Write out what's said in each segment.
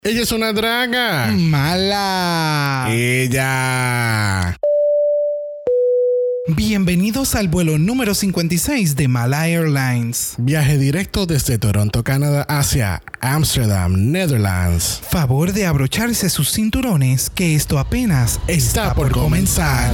Ella es una draga. Mala. Ella. Bienvenidos al vuelo número 56 de Mala Airlines. Viaje directo desde Toronto, Canadá hacia Amsterdam, Netherlands. Favor de abrocharse sus cinturones, que esto apenas Está por comenzar.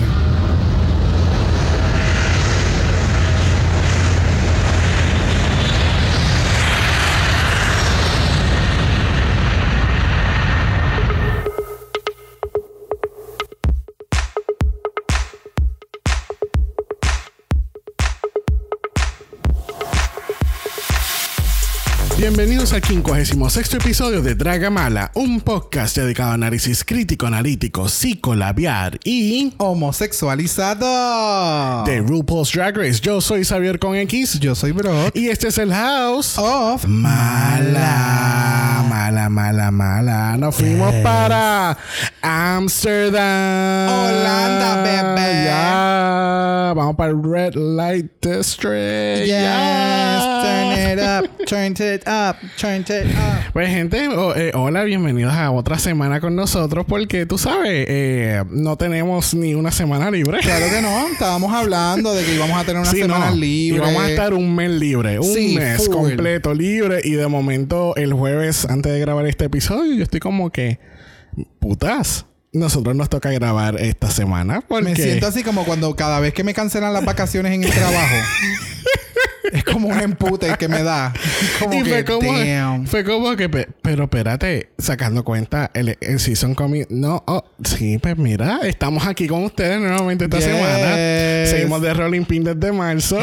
Bienvenidos al 56º episodio de Draga Mala, un podcast dedicado a análisis crítico, analítico, psicolabiar y homosexualizado de RuPaul's Drag Race. Yo soy Xavier con X. Yo soy Brock. Y este es el House of Mala. Nos fuimos para Amsterdam, Holanda, bebé. Ya. Vamos para el Red Light District. Yes, turn it up, turn it up, turn it up. Pues gente, hola, bienvenidos a otra semana con nosotros porque tú sabes, no tenemos ni una semana libre. Claro que no, estábamos hablando de que íbamos a tener una semana libre. Y vamos a estar un mes libre, un mes full. completo libre. Y de momento, el jueves, antes de grabar este episodio, yo estoy como que, putas, nosotros nos toca grabar esta semana porque... Me siento así como cuando cada vez que me cancelan las vacaciones en el trabajo. Es como un empute que me da. Como y que, fue como que, pero espérate, sacando cuenta, el season comic. No, sí, pues mira, estamos aquí con ustedes nuevamente esta semana. Seguimos de Rolling Pin desde marzo.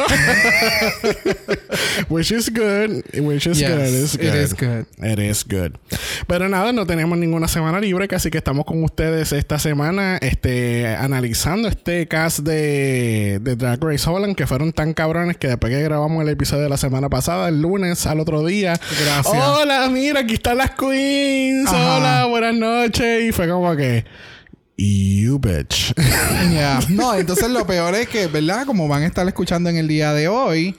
Which is good. Which is good. It's good. It is good. It is good. Pero nada, no tenemos ninguna semana libre, así que estamos con ustedes esta semana, analizando este cast de Drag Race Holland, que fueron tan cabrones que después que grabamos el episodio de la semana pasada, el lunes al otro día. Gracias. Hola, mira, aquí están las queens. Ajá. Hola, buenas noches. Y fue como que... You bitch. Yeah. No, entonces lo peor es que, ¿verdad? Como van a estar escuchando en el día de hoy,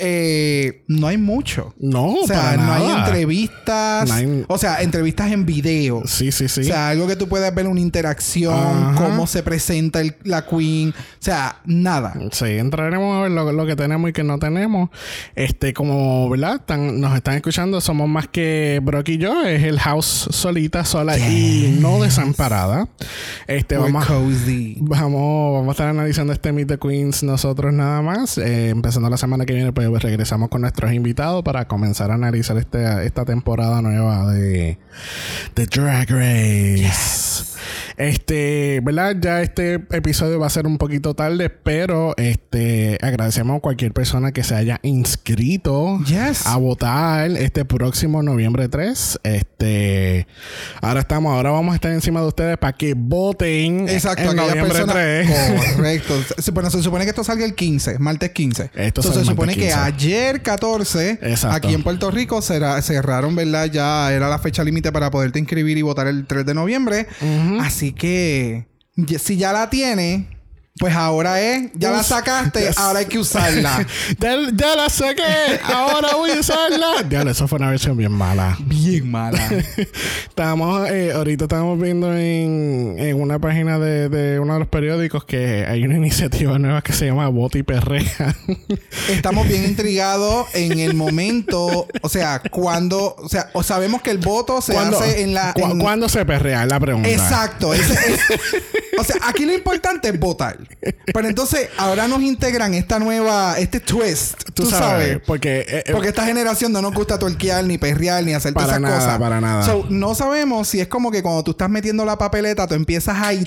no hay mucho. No, o sea, para no nada. hay entrevistas. No hay... O sea, entrevistas en video. Sí. O sea, algo que tú puedas ver, una interacción, Ajá. cómo se presenta la queen. O sea, nada. Sí, entraremos a ver lo que tenemos y que no tenemos. Como, ¿verdad? Nos están escuchando. Somos más que Brock y yo. Es el house solita, sola y no desamparada. Vamos a estar analizando este Meet the Queens nosotros nada más. Empezando la semana que viene, pues regresamos con nuestros invitados para comenzar a analizar esta temporada nueva de Drag Race. Yes. ¿Verdad? Ya este episodio va a ser un poquito tarde, pero agradecemos a cualquier persona que se haya inscrito a votar este próximo noviembre 3. Ahora vamos a estar encima de ustedes para que voten. Exacto, en noviembre 3. Correcto. Se supone que esto salga el 15, martes 15. Entonces se supone que ayer 14, exacto, aquí en Puerto Rico cerraron, ¿verdad? Ya era la fecha límite para poderte inscribir y votar el 3 de noviembre. Uh-huh. Así que si ya la tiene, pues ahora ya la sacaste, ahora hay que usarla. ya la saqué, ahora voy a usarla. Ya, eso fue una versión bien mala. Bien mala. Ahorita estábamos viendo en una página de uno de los periódicos que hay una iniciativa nueva que se llama Voto y Perrea. Estamos bien intrigados en el momento, o sea, o sabemos que el voto se hace en la... ¿Cuándo se perrea? Es la pregunta. Exacto. O sea, aquí lo importante es votar. Pero entonces, ahora nos integran este twist. Tú sabes. Porque esta generación no nos gusta tuerquear, ni perrear, ni hacer todas esas cosas. Para nada. So, no sabemos si es como que cuando tú estás metiendo la papeleta, tú empiezas ahí,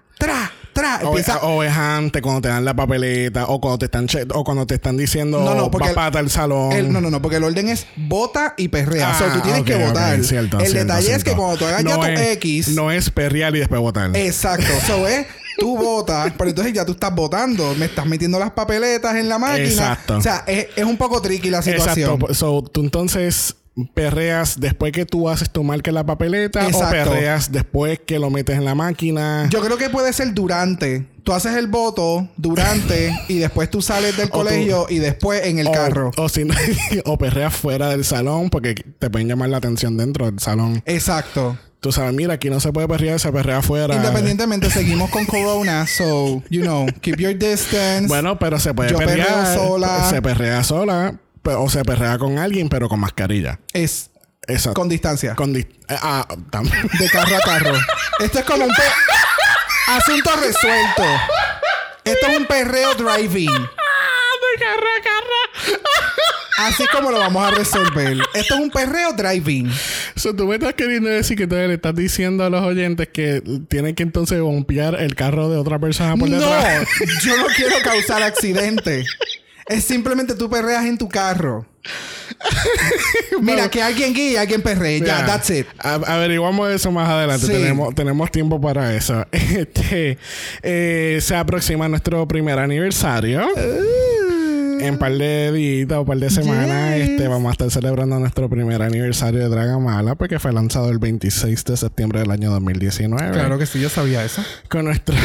o es antes cuando te dan la papeleta o cuando te están diciendo papá tal salón. No, porque el orden es vota y perrea. O sea, tú tienes que votar. Cierto, el detalle es que cuando tú hagas no ya tu es, X... No es perrear y después votar. Exacto. So es... Tú votas, pero entonces ya tú estás votando. Me estás metiendo las papeletas en la máquina. Exacto. O sea, es un poco tricky la situación. Exacto. So, tú entonces perreas después que tú haces tu marca en la papeleta. Exacto. O perreas después que lo metes en la máquina. Yo creo que puede ser durante. tú haces el voto durante y después tú sales del colegio y después en el carro. O perreas fuera del salón porque te pueden llamar la atención dentro del salón. Exacto. Tú sabes, mira, aquí no se puede perrear, se perrea afuera. Independientemente, seguimos con corona, so, keep your distance. Bueno, pero se puede perrear. Yo perreo sola. Se perrea sola o se perrea con alguien, pero con mascarilla. Exacto. Con distancia. También. De carro a carro. Esto es como un asunto resuelto. Esto es un perreo driving. De carro a carro. Así como lo vamos a resolver. Esto es un perreo driving. Tú me estás queriendo decir que tú le estás diciendo a los oyentes que tienen que entonces bombear el carro de otra persona por detrás. No, yo no quiero causar accidente. Es simplemente tú perreas en tu carro. Mira, que alguien guíe y alguien perree. Ya, that's it. Averiguamos eso más adelante. Sí. Tenemos tiempo para eso. Se aproxima nuestro primer aniversario. En un par de días o un par de semanas vamos a estar celebrando nuestro primer aniversario de Dragamala porque fue lanzado el 26 de septiembre del año 2019. Claro que sí, yo sabía eso. Con nuestro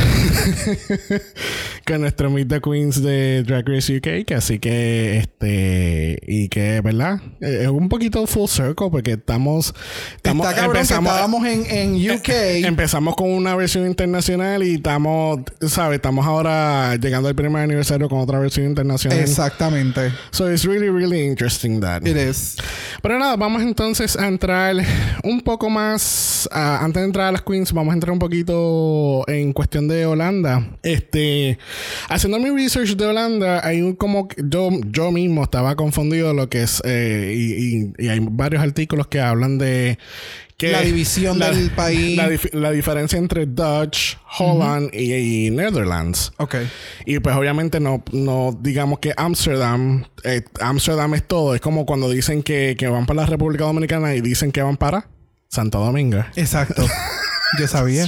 Meet the Queens de Drag Race UK, que así que y que, ¿verdad? Es un poquito full circle porque estábamos estábamos en UK. Empezamos con una versión internacional y estamos ahora llegando al primer aniversario con otra versión internacional. Exactamente. So it's really, really interesting that. It is. Pero nada, vamos entonces a entrar un poco más. Antes de entrar a las Queens, vamos a entrar un poquito en cuestión de Holanda. Haciendo mi research de Holanda, hay yo mismo estaba confundido lo que es. Y hay varios artículos que hablan de. La división del país. La diferencia entre Dutch, Holland y Netherlands. Ok. Y pues obviamente no digamos que Amsterdam es todo. Es como cuando dicen que van para la República Dominicana y dicen que van para Santo Domingo. Exacto. Yo sabía.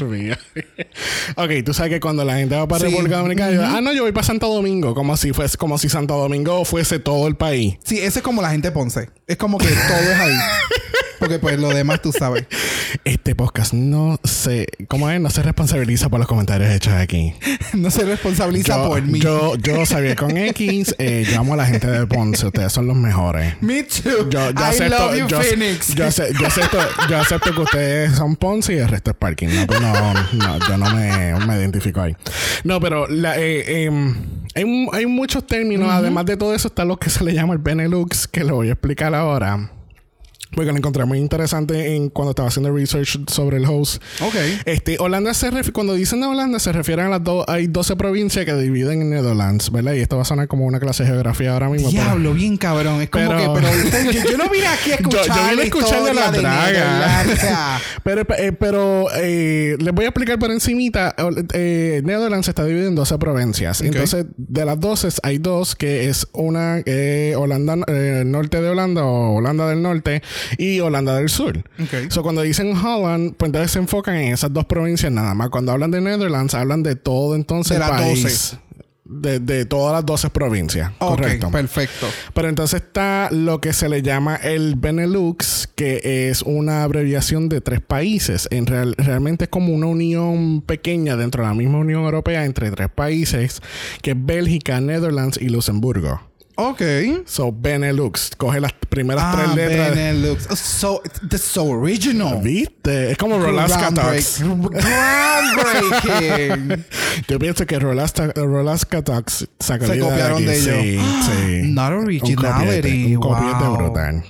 Ok, tú sabes que cuando la gente va para República Dominicana, yo voy para Santo Domingo, como si Santo Domingo fuese todo el país. Sí, ese es como la gente de Ponce. Es como que todo es ahí. Porque pues lo demás tú sabes. Este podcast no se responsabiliza por los comentarios hechos aquí. No se responsabiliza por mí. Yo Xavier con X, yo amo a la gente de Ponce. Ustedes son los mejores. Me too. I love you, Phoenix. Yo acepto que ustedes son Ponce y el resto es parking. No, yo no me identifico ahí. No, pero hay muchos términos. Además de todo eso está lo que se le llama el Benelux, que lo voy a explicar ahora. Porque lo encontré muy interesante cuando estaba haciendo research sobre el host. Ok. Holanda cuando dicen de Holanda se refieren a las hay 12 provincias que dividen en Netherlands, ¿verdad? Y esto va a sonar como una clase de geografía ahora mismo. Diablo, bien cabrón. Es como yo no vine aquí a escuchar yo vine escuchando la draga. O sea. pero les voy a explicar por encimita. Netherlands está dividido en 12 provincias. Okay. Entonces, de las 12 hay dos que es una Holanda, norte de Holanda o Holanda del Norte y Holanda del Sur. Okay. So, cuando dicen Holland, pues entonces se enfocan en esas dos provincias nada más. Cuando hablan de Netherlands, hablan de todo entonces el país. 12. De todas las 12 provincias. Okay, correcto. Perfecto. Pero entonces está lo que se le llama el Benelux, que es una abreviación de 3 países. Realmente es como una unión pequeña dentro de la misma Unión Europea entre 3 países, que es Bélgica, Netherlands y Luxemburgo. Ok. So, Benelux. Coge las primeras 3 letras. Benelux. That's so original. ¿Viste? Es como Rolaska Talks. Groundbreaking. Yo pienso que Rolaska Talks se copiaron de ellos. Sí. Not originality. Un copiete brutal.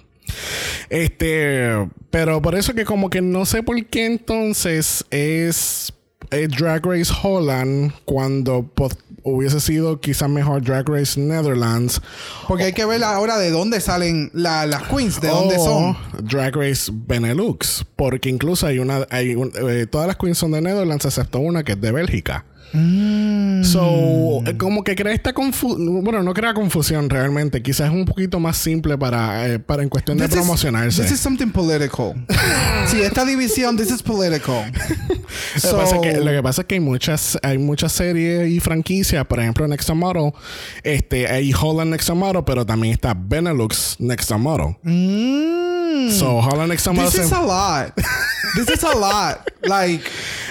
Pero por eso que como que no sé por qué entonces es Drag Race Holland cuando hubiese sido quizás mejor Drag Race Netherlands. Porque hay que ver ahora de dónde salen las queens, de dónde son. Drag Race Benelux, porque incluso todas las queens son de Netherlands excepto una que es de Bélgica. So, como que crea esta confusión. Bueno, no crea confusión realmente. Quizás es un poquito más simple para en cuestión de promocionarse. This is something political. Sí, esta división, this is political. Lo que pasa es que hay muchas series y franquicias. Por ejemplo, Next Top Model. Hay Holland Next Top Model, pero también está Benelux Next Top Model. So, Holland Next Top Model. This is a lot. Like...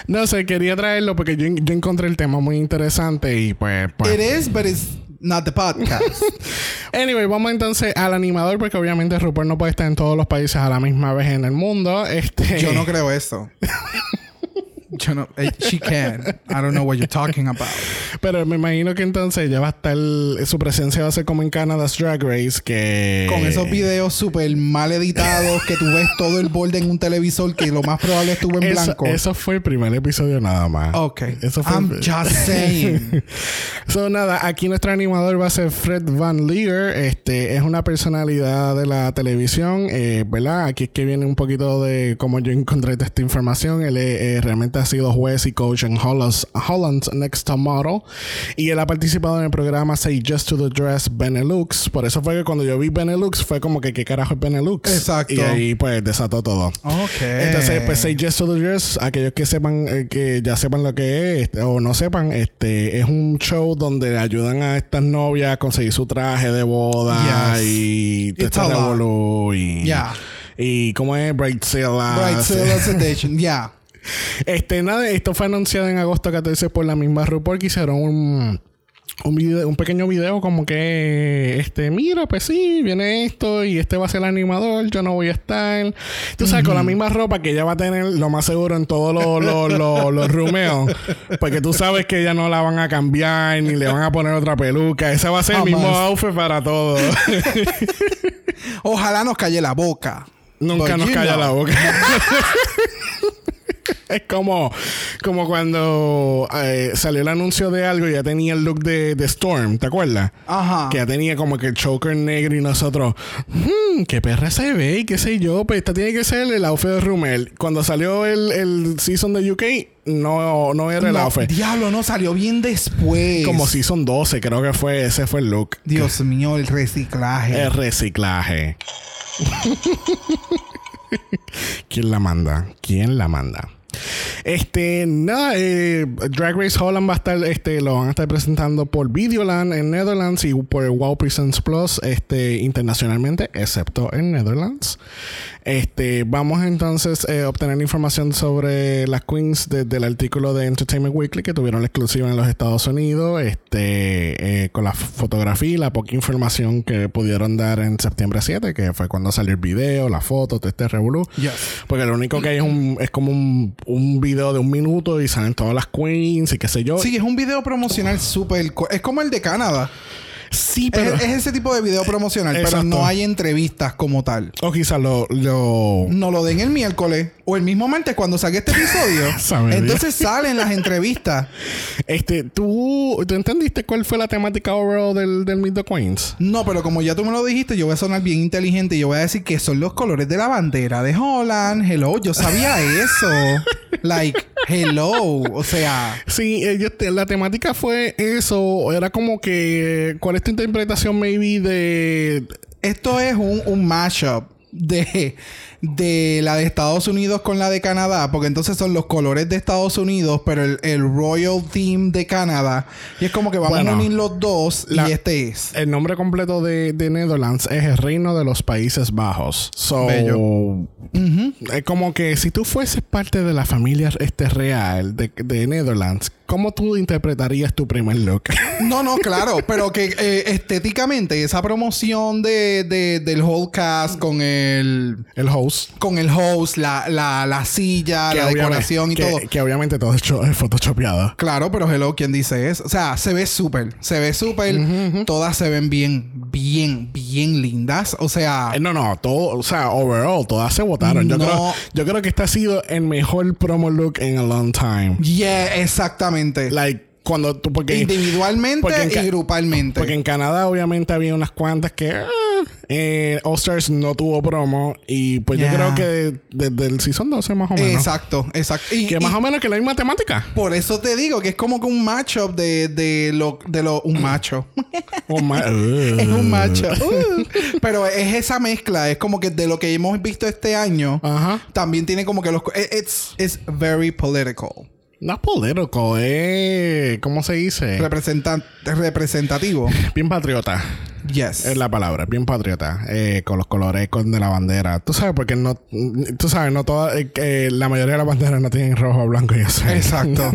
No sé, quería traerlo porque yo encontré el tema muy interesante y pues... It is, but it's not the podcast. Anyway, vamos entonces al animador porque obviamente Rupert no puede estar en todos los países a la misma vez en el mundo. Yo no creo eso. Yo no... She can. I don't know what you're talking about. Pero me imagino que entonces ya va a estar... Su presencia va a ser como en Canada's Drag Race, que... Con esos videos súper mal editados, que tú ves todo el borde en un televisor, que lo más probable estuvo en blanco. Eso fue el primer episodio nada más. Ok. Eso fue I'm just saying. So, nada, aquí nuestro animador va a ser Fred Van Leer. Es una personalidad de la televisión, ¿verdad? Aquí es que viene un poquito de cómo yo encontré esta información. Él realmente ha sido juez y coach en Holland's Next Top Model. Y él ha participado en el programa Say Yes to the Dress Benelux. Por eso fue que cuando yo vi Benelux fue como que ¿qué carajo es Benelux? Exacto. Y ahí pues desató todo. Ok. Entonces pues Say Yes to the Dress, aquellos que sepan, que ya sepan lo que es o no sepan, es un show donde ayudan a estas novias a conseguir su traje de boda. Yes. Y It's a revolú y... Yeah. Y ¿cómo es? Bridezillas Edition. Yeah. Nada, esto fue anunciado en agosto 14 por la misma RuPaul, que hicieron un pequeño video como que mira, pues sí, viene esto y va a ser el animador, yo no voy a estar. Tú sabes, con la misma ropa que ella va a tener lo más seguro en todos los rumeos, porque tú sabes que ella no la van a cambiar ni le van a poner otra peluca. Ese va a ser el mismo outfit para todo. Ojalá nos calle la boca. Nunca nos calla la boca. Es como cuando salió el anuncio de algo y ya tenía el look de Storm, ¿te acuerdas? Ajá. Que ya tenía como que el choker negro y nosotros, qué perra se ve y qué sé yo, pues esta tiene que ser el outfit de Rumel. Cuando salió el season de UK, no era el outfit. Diablo, no, salió bien después. Como season 12 creo que fue, ese fue el look. Dios mío, el reciclaje. El reciclaje. ¿Quién la manda? Nada, Drag Race Holland va a estar, lo van a estar presentando por Videoland en Netherlands y por Wow Presents Plus, internacionalmente, excepto en Netherlands. Vamos entonces a obtener información sobre las queens desde el artículo de Entertainment Weekly que tuvieron la exclusiva en los Estados Unidos, con la fotografía y la poca información que pudieron dar en septiembre 7, que fue cuando salió el video, la foto, todo revolú. Yes. Porque lo único que hay es como un video de 1 minuto y salen todas las queens y qué sé yo. Sí, es un video promocional súper... Es como el de Canadá. Sí, pero... Es ese tipo de video promocional, exacto, pero no hay entrevistas como tal. O quizás no lo den el miércoles o el mismo martes cuando salga este episodio. Entonces salen las entrevistas. ¿Tú entendiste cuál fue la temática overall del Meet the Queens? No, pero como ya tú me lo dijiste, yo voy a sonar bien inteligente y yo voy a decir que son los colores de la bandera de Holland. Hello, yo sabía eso. Like, hello. O sea... Sí, la temática fue eso. Era como que... ¿Cuál es tu interpretación, maybe, de...? Esto es un mashup de la de Estados Unidos con la de Canadá, porque entonces son los colores de Estados Unidos, pero el Royal Theme de Canadá. Y es como que vamos a unir los dos y es. El nombre completo de Netherlands es el Reino de los Países Bajos. Bello. Es como que si tú fueses parte de la familia real de Netherlands, ¿cómo tú interpretarías tu primer look? No, claro. Pero que estéticamente esa promoción del whole cast con el host. Con el host, la silla, la decoración y todo. Que obviamente todo es photoshopeado. Claro, pero hello, ¿quién dice eso? O sea, se ve súper. Todas se ven bien lindas. O sea... No. Todo... O sea, overall, todas se votaron. Yo creo que este ha sido el mejor promo look in a long time. Yeah, exactamente. Like... Porque individualmente y grupalmente. Porque en Canadá obviamente había unas cuantas que All Stars no tuvo promo y pues yo creo que desde el season 12 más o menos. Exacto. Que más o menos que la misma temática. Por eso te digo que es como que un matchup un macho. Es un macho. Pero es esa mezcla. Es como que de lo que hemos visto este año, también tiene como que it's very political. No es político, ¿cómo se dice? Representativo. Bien patriota. Yes. Es la palabra, bien patriota. Con los colores de la bandera. Tú sabes, porque no toda, la mayoría de las banderas no tienen rojo, blanco y azul. Exacto.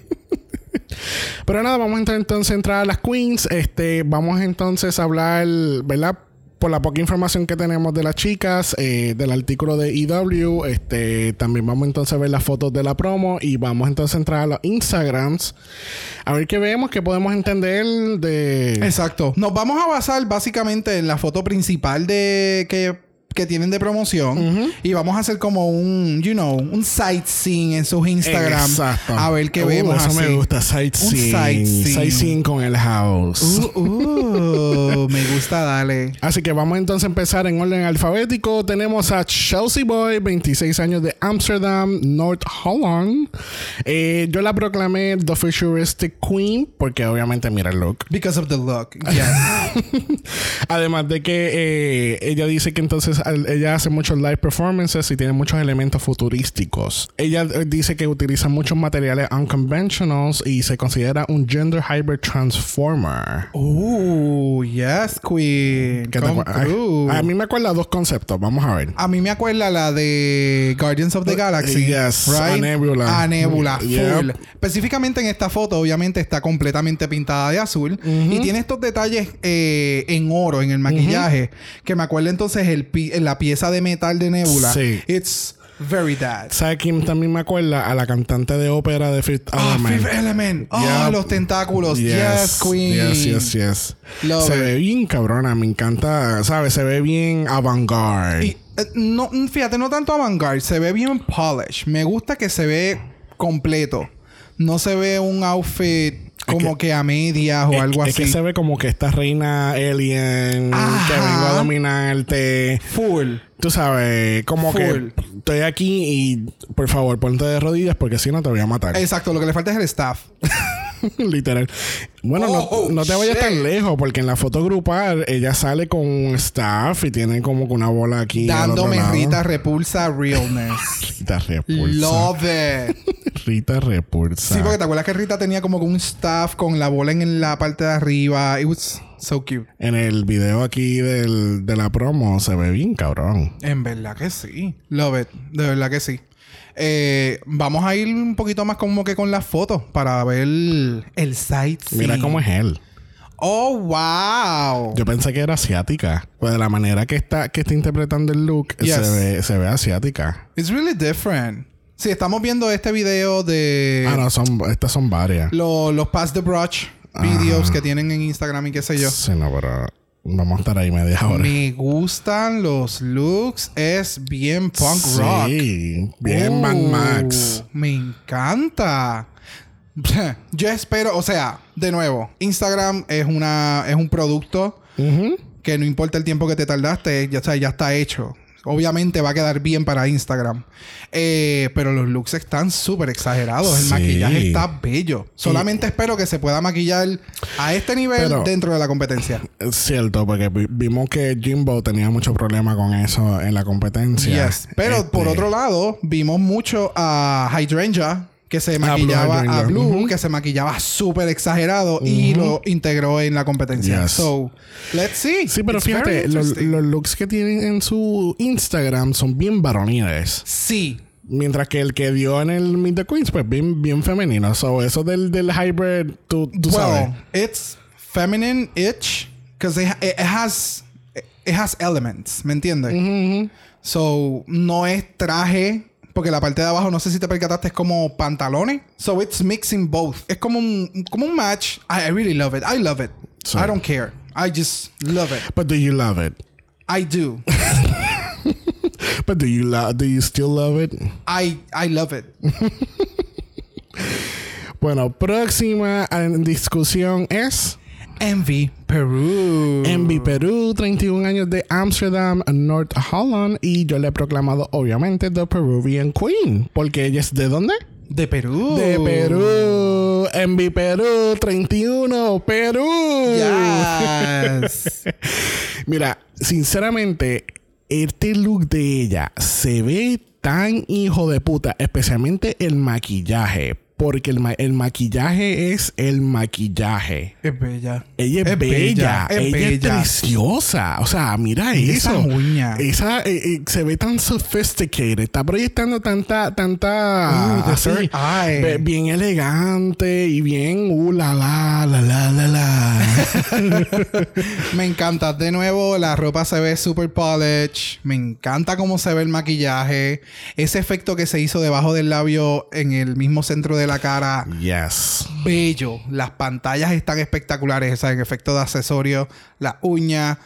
Pero nada, vamos a entrar a las queens. Vamos entonces a hablar, ¿verdad? Por la poca información que tenemos de las chicas, del artículo de EW, también vamos entonces a ver las fotos de la promo y vamos entonces a entrar a los Instagrams a ver qué vemos, qué podemos entender de... Exacto. Nos vamos a basar básicamente en la foto principal que tienen de promoción y vamos a hacer como un sightseeing en sus Instagram. Exacto. A ver qué vemos eso así. me gusta, sightseeing. Sightseeing con el house. Me gusta, dale. Así que vamos entonces a empezar en orden alfabético. Tenemos a Chelsea Boy, 26 años de Amsterdam, North Holland. Yo la proclamé The Futuristic Queen porque obviamente mira el look. Because of the look, yes. Además de que ella dice que entonces ella hace muchos live performances y tiene muchos elementos futurísticos. Ella dice que utiliza muchos materiales unconventionals y se considera un gender hybrid transformer. Yes, queen. A mí me acuerda dos conceptos. Vamos a ver. A mí me acuerda la de Guardians of the Galaxy. Yes, right? A Nebula. Full. Específicamente en esta foto, obviamente está completamente pintada de azul y tiene estos detalles en oro en el maquillaje que me acuerda entonces la pieza de metal de Nebula. Sí. It's very that. ¿Sabes quién también me acuerda? A la cantante de ópera de Fifth Element. Fifth Element. Los tentáculos. Yes, queen. Yes. Se ve bien cabrona. Me encanta. ¿Sabes? Se ve bien avant-garde. No, fíjate, no tanto avant-garde. Se ve bien polish. Me gusta que se ve completo. No se ve un outfit como que a medias o algo así. Es que se ve como que esta reina alien que vengo a dominarte. Full. Tú sabes, como que estoy aquí y por favor ponte de rodillas porque si no te voy a matar. Exacto, lo que le falta es el staff. Literal. Bueno, no te vayas tan lejos porque en la foto grupal ella sale con un staff y tiene como que una bola aquí. Dándome Rita Repulsa realness. Rita Repulsa. Love it. Rita Repulsa. Sí, porque te acuerdas que Rita tenía como un staff con la bola en la parte de arriba. It was so cute. En el video aquí de la promo se ve bien cabrón. En verdad que sí. Love it. De verdad que sí. Vamos a ir un poquito más como que con las fotos para ver el sightseeing. Mira cómo es él. Oh, wow. Yo pensé que era asiática. Pues de la manera que está interpretando el look, se ve asiática. It's really different. Sí, estamos viendo este video de... no, estas son varias. Los Pass the Brush videos que tienen en Instagram y qué sé yo. Sí, no, pero... Vamos a estar ahí media hora. Me gustan los looks. Es bien punk rock. Sí. Bien Mad Max. Me encanta. Yo espero... O sea, de nuevo. Instagram es un producto que no importa el tiempo que te tardaste. Ya está hecho. Obviamente va a quedar bien para Instagram. Pero los looks están súper exagerados. El maquillaje está bello. Solamente espero que se pueda maquillar a este nivel dentro de la competencia. Es cierto, porque vimos que Jimbo tenía mucho problema con eso en la competencia. Yes. Pero por otro lado, vimos mucho a Hydrangea, que se maquillaba a Blue, que se maquillaba súper exagerado y lo integró en la competencia. Yes. So, let's see. Sí, pero fíjate, los looks que tienen en su Instagram son bien varoniles. Sí. Mientras que el que dio en el Meet the Queens, pues bien femenino. So, eso del hybrid, tú sabes. It's feminine-ish because it has elements, ¿me entiendes? So, no es traje. Porque la parte de abajo, no sé si te percataste, es como pantalones. So it's mixing both. Es como un match. I really love it. I love it. So, I don't care. I just love it. But do you love it? I do. But do you still love it? I love it. Bueno, próxima en discusión es... Envy Peru. Envy Peru, 31 años de Amsterdam, North Holland. Y yo le he proclamado, obviamente, The Peruvian Queen. Porque ella es ¿de dónde? De Perú. De Perú. Envy Perú, 31, Perú. Yes. Mira, sinceramente, este look de ella se ve tan hijo de puta. Especialmente el maquillaje. porque el maquillaje es el maquillaje. Es bella. Ella es bella. Ella es preciosa. O sea, mira eso. Esa uña. Esa se ve tan sophisticated. Está proyectando tanta así, bien elegante y bien la. Me encanta. De nuevo, la ropa se ve super polish. Me encanta cómo se ve el maquillaje. Ese efecto que se hizo debajo del labio en el mismo centro de la cara. Yes. Bello. Las pantallas están espectaculares. O sea, el efecto de accesorio, la uña.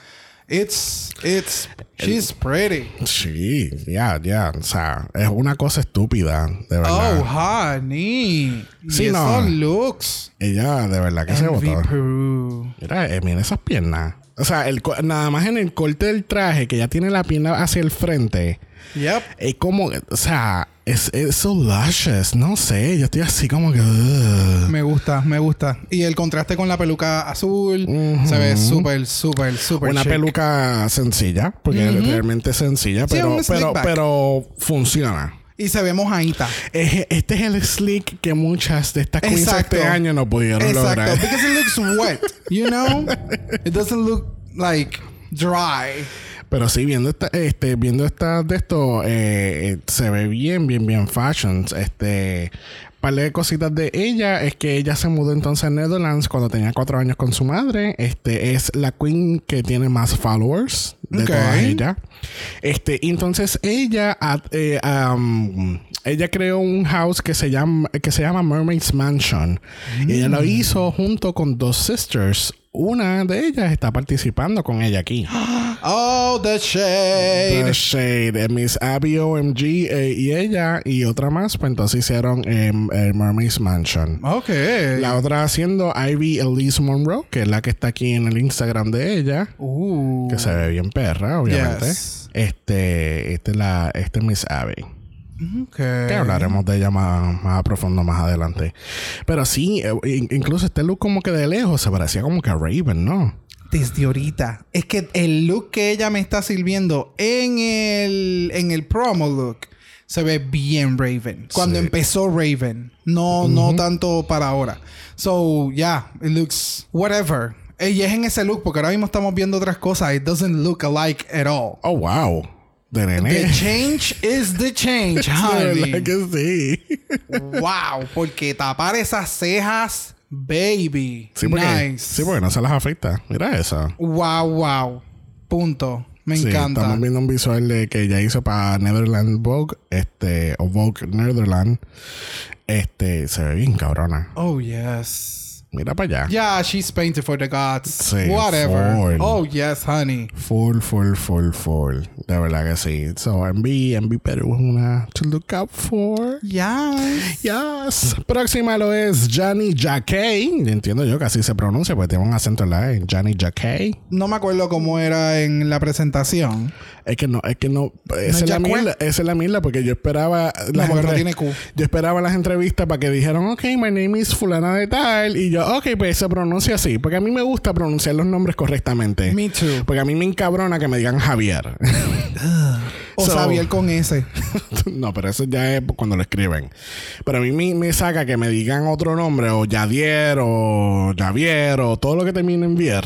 She's pretty. Sí, ya. O sea, es una cosa estupida, de verdad. Oh, honey. Sí, y esos looks. Ella, de verdad que se botó. Mira esas piernas. O sea, nada más en el corte del traje, que ya tiene la pierna hacia el frente. Yep. Es como, o sea, es so luscious. No sé, yo estoy así como que... Me gusta. Y el contraste con la peluca azul se ve súper una chic. Peluca sencilla, porque es realmente sencilla, sí, pero funciona. Y se ve mojadita. Este es el slick que muchas de estas queens este año no pudieron lograr. Exacto. Because it looks wet. You know? It doesn't look like dry. Pero sí, viendo esta de esto, se ve bien fashion. Par de cositas de ella es que ella se mudó entonces a Netherlands cuando tenía 4 años con su madre. Es la queen que tiene más followers de todas ellas. Entonces ella creó un house que se llama Mermaid's Mansion. Y ella lo hizo junto con 2 sisters. Una de ellas está participando con ella aquí. Oh, The Shade. The Shade. Miss Abby OMG y ella y otra más. Pues entonces hicieron Mermaid's Mansion. Ok. La otra haciendo Ivy Elise Monroe, que es la que está aquí en el Instagram de ella. Que se ve bien perra, obviamente. Yes. Este es Miss Abby. Okay. Que hablaremos de ella más a profundo más adelante. Pero sí, incluso este look como que de lejos se parecía como que a Raven, ¿no? Desde ahorita. Es que el look que ella me está sirviendo en el promo look se ve bien Raven. Cuando empezó Raven. No tanto para ahora. So, yeah. It looks whatever. Y es en ese look porque ahora mismo estamos viendo otras cosas. It doesn't look alike at all. Oh, wow. De nene. The change is the change, honey. De verdad que sí. Wow. Porque tapar esas cejas, baby. Sí, porque, nice. Sí, porque no se las afecta. Mira eso. Wow. Punto. Me encanta. Estamos viendo un visual de que ella hizo para Netherlands Vogue. O Vogue Netherlands. Se ve bien cabrona. Oh, yes. Mira para allá. Yeah, she's painted for the gods. Sí, whatever. full. Oh, yes, honey. Full. De verdad que sí. So, Envy Perú es una to look out for. Yes. Próxima lo es Johnny Jacquet. Entiendo yo que así se pronuncia, porque tiene un acento en la E. Johnny Jacquet. No me acuerdo cómo era en la presentación. Es que no. Esa es la mierda, porque yo esperaba... no tiene Q. Yo esperaba las entrevistas para que dijeran, ok, my name is fulana de tal. Y yo, ok, pues se pronuncia así. Porque a mí me gusta pronunciar los nombres correctamente. Me too. Porque a mí me encabrona que me digan Javier. O Xavier con S. No, pero eso ya es cuando lo escriben. Pero a mí me saca que me digan otro nombre. O Yadier, o Javier, o todo lo que termine en Vier.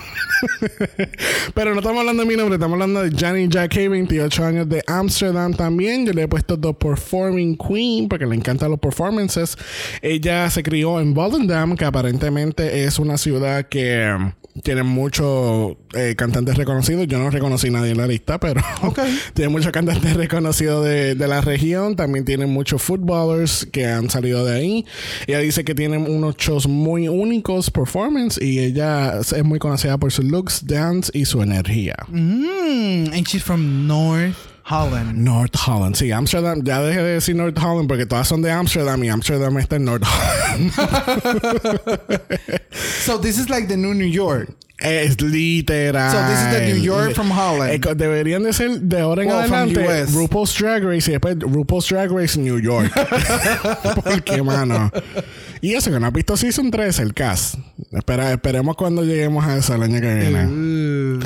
Pero no estamos hablando de mi nombre, estamos hablando de Johnny Jacquet, 28 años de Amsterdam también. Yo le he puesto The Performing Queen porque le encantan los performances. Ella se crió en Volendam, que aparentemente es una ciudad que tiene muchos cantantes reconocidos. Yo no reconocí a nadie en la lista, pero tiene muchos cantantes reconocidos de la región. También tiene muchos footballers que han salido de ahí. Ella dice que tienen unos shows muy únicos, performance, y ella es muy conocida por sus looks, dance y su energía. And she's from North Holland. Sí, Amsterdam. Ya dejé de decir North Holland porque todas son de Amsterdam y Amsterdam está en North Holland. So this is like the New York. Es literal. So this is the New York from Holland. Deberían de ser de ahora en adelante RuPaul's Drag Race y después RuPaul's Drag Race New York. Porque, mano. Y eso que no has visto Season 3, el cast. Esperemos cuando lleguemos a eso el año que viene.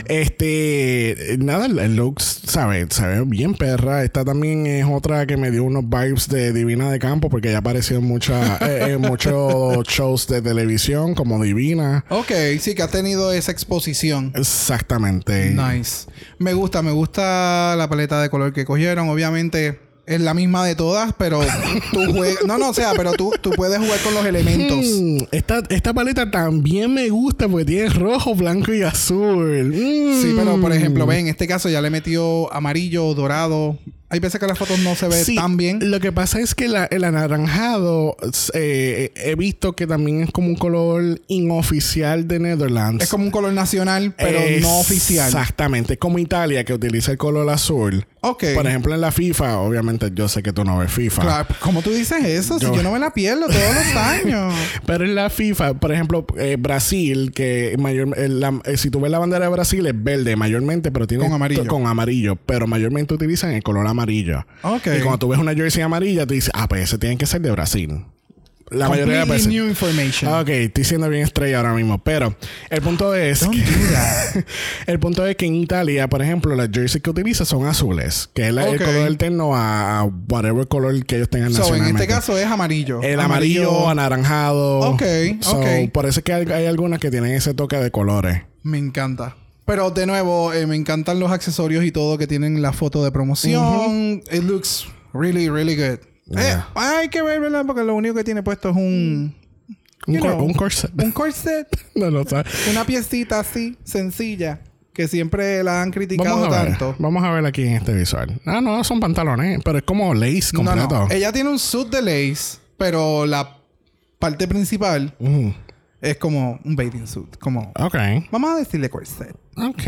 Nada, el look, ¿sabes? Se ve bien perra. Esta también es otra que me dio unos vibes de Divina de Campo porque ya apareció en muchos shows de televisión como Divina. Ok, sí, que ha tenido esa exposición. Exactamente. Nice. Me gusta la paleta de color que cogieron. Obviamente es la misma de todas, pero tú juegas... pero tú puedes jugar con los elementos. Esta paleta también me gusta porque tiene rojo, blanco y azul. Sí, pero por ejemplo, en este caso ya le metió amarillo, dorado. Hay veces que las fotos no se ve tan bien. Lo que pasa es que el anaranjado he visto que también es como un color inoficial de Netherlands. Es como un color nacional, pero no oficial. Exactamente. Como Italia, que utiliza el color azul. Ok. Por ejemplo, en la FIFA, obviamente yo sé que tú no ves FIFA. Claro. ¿Cómo tú dices eso? Si yo no me la pierdo todos los años. Pero en la FIFA, por ejemplo, Brasil, que si tú ves la bandera de Brasil es verde mayormente, pero tiene... Con amarillo. Pero mayormente utilizan el color amarillo. Okay. Y cuando tú ves una jersey amarilla, tú dices, pues ese tiene que ser de Brasil. La mayoría de las veces. New information. Ok, estoy siendo bien estrella ahora mismo. Pero el punto es el punto es que en Italia, por ejemplo, las jerseys que utiliza son azules, que es el color alterno a whatever color que ellos tengan nacionalmente. En este caso es amarillo. El amarillo anaranjado. Ok. Por eso es que hay algunas que tienen ese toque de colores. Me encanta. Pero de nuevo, me encantan los accesorios y todo que tienen la foto de promoción. It looks really, really good. Yeah. Hay que ver, ¿verdad? Porque lo único que tiene puesto es un corset. Un corset. No sabes. Una piecita así, sencilla, que siempre la han criticado tanto. Vamos a ver aquí en este visual. No, son pantalones, pero es como lace completo. No. Ella tiene un suit de lace, pero la parte principal es como un bathing suit. Como... Ok. Vamos a decirle corset. Ok.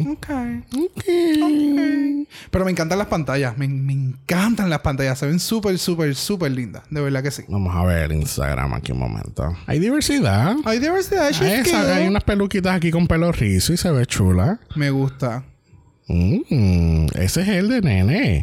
Pero me encantan las pantallas. Me encantan las pantallas. Se ven súper, súper, súper lindas. De verdad que sí. Vamos a ver Instagram aquí un momento. Hay diversidad. Hay unas peluquitas aquí con pelo rizo y se ve chula. Me gusta. Ese es el de nene.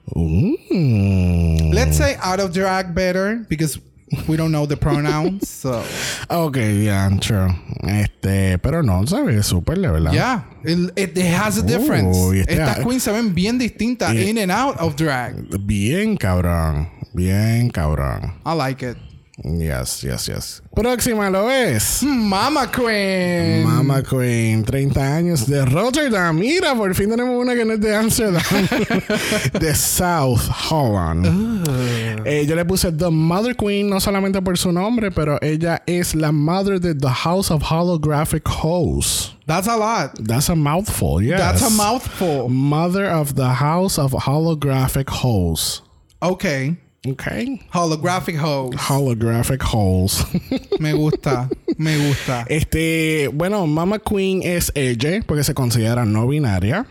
Let's say out of drag better because we don't know the pronouns. So. Ok, yeah, true. Pero no, se ve súper, de verdad. Yeah. It has a difference. Estas queens se ven bien distintas in and out of drag. Bien cabrón. I like it. Yes. Próxima lo es Mama Queen, 30 años de Rotterdam. Mira, por fin tenemos una que no es de Amsterdam. De South Holland. Yo le puse The Mother Queen no solamente por su nombre, pero ella es la madre de The House of Holographic Hose. That's a lot. That's a mouthful, yes. That's a mouthful. Mother of the House of Holographic Hose. Okay. Holographic Hose. Me gusta. Bueno, Mama Queen es ella porque se considera no binaria.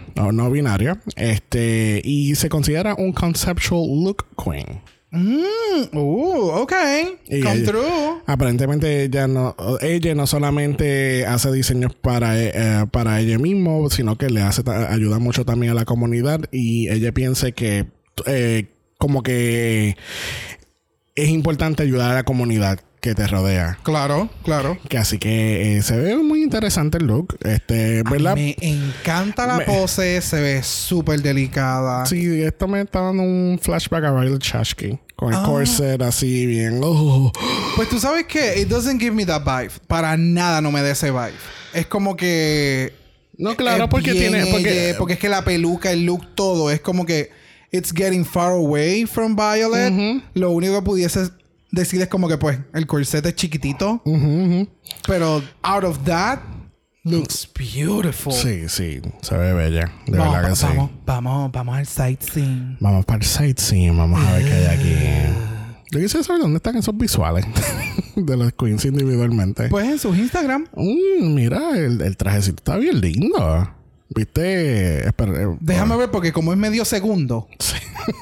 Y se considera un conceptual look queen. Okay. Come through. Aparentemente ella no solamente hace diseños para ella misma, sino que ayuda mucho también a la comunidad, y ella piensa que como que es importante ayudar a la comunidad que te rodea. Claro. Que así que se ve muy interesante el look. ¿Verdad? Me encanta la pose. Se ve súper delicada. Sí, esto me está dando un flashback a Riley Chashki. Con el corset así bien. Pues tú sabes que it doesn't give me that vibe. Para nada no me da ese vibe. Es como que... No, claro, porque es que la peluca, el look, todo es como que it's getting far away from Violet. Lo único que pudiese decir es como que pues el corset es chiquitito. Pero out of that looks beautiful. Sí, se ve bella. De verdad que sí. Vamos al sightseeing. Vamos para el sightseeing. Vamos a ver qué hay aquí. Yo quisiera saber dónde están esos visuales de las queens individualmente. Pues en sus Instagram. Mira, el trajecito está bien lindo. ¿Viste? Déjame ver porque como es medio segundo. Sí.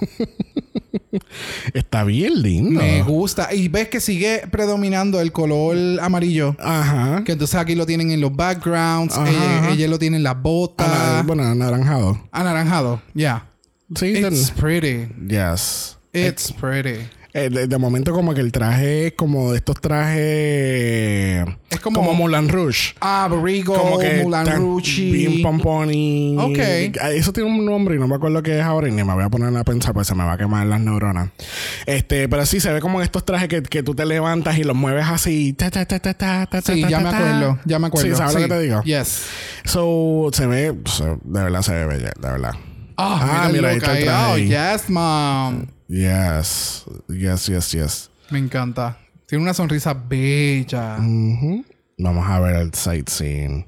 Está bien lindo. Me gusta. Y ves que sigue predominando el color amarillo. Ajá. Que entonces aquí lo tienen en los backgrounds. Ella lo tiene en las botas. Anaranjado. Anaranjado. Yeah. Sí. It's pretty. Yes. It's pretty. De momento como que el traje es como de estos trajes... Es como Moulin Rouge. Borrego, como que Moulin Rouge. Bien pomponi. Ok. Eso tiene un nombre y no me acuerdo qué es ahora y ni me voy a poner a pensar pues se me va a quemar las neuronas. Pero sí se ve como en estos trajes que tú te levantas y los mueves así. Sí, ya me acuerdo. Sí, ¿sabes lo que te digo? Yes. So, de verdad se ve bella, de verdad. Mira, ahí está el traje. Yes, mom. Yes. Me encanta. Tiene una sonrisa bella. Vamos a ver el sightseeing.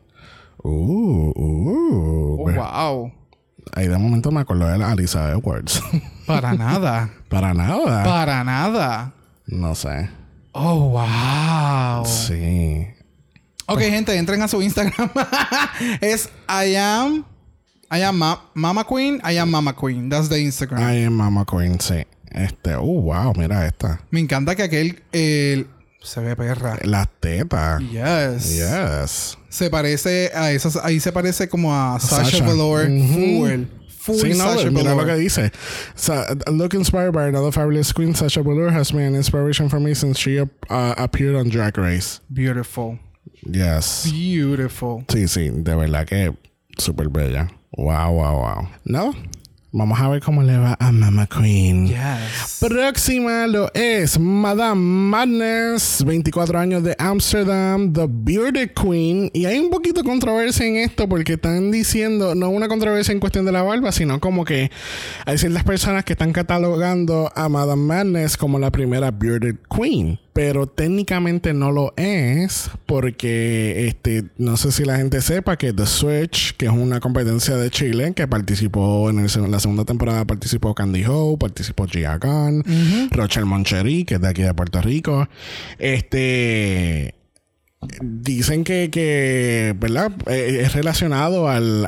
Wow. Ahí de momento me acuerdo de la Alisa Edwards. Para nada. Para nada. No sé. Oh, wow. Sí. Ok, gente, entren a su Instagram. Es I am Mama Queen. I am Mama Queen. That's the Instagram. I am Mama Queen, sí. Wow, mira esta. Me encanta que se ve perra. Las tetas. Yes. Se parece a esas. Ahí se parece como a Sasha Velour. Full sí, Sasha Velour. Mira lo que dice. Look inspired by another fabulous queen, Sasha Velour has been an inspiration for me since she appeared on Drag Race. Beautiful. Yes. Beautiful. Sí, de verdad que súper bella. Wow. ¿No? Vamos a ver cómo le va a Mama Queen. Yes. Próxima lo es Madame Madness, 24 años de Amsterdam, The Bearded Queen. Y hay un poquito de controversia en esto porque están diciendo, no una controversia en cuestión de la barba, sino como que hay ciertas personas que están catalogando a Madame Madness como la primera Bearded Queen. Pero técnicamente no lo es porque no sé si la gente sepa que The Switch, que es una competencia de Chile que participó en la segunda temporada, participó Candy Ho, participó Gia Gunn, Rochelle Moncheri, que es de aquí de Puerto Rico. Dicen que ¿verdad? Es relacionado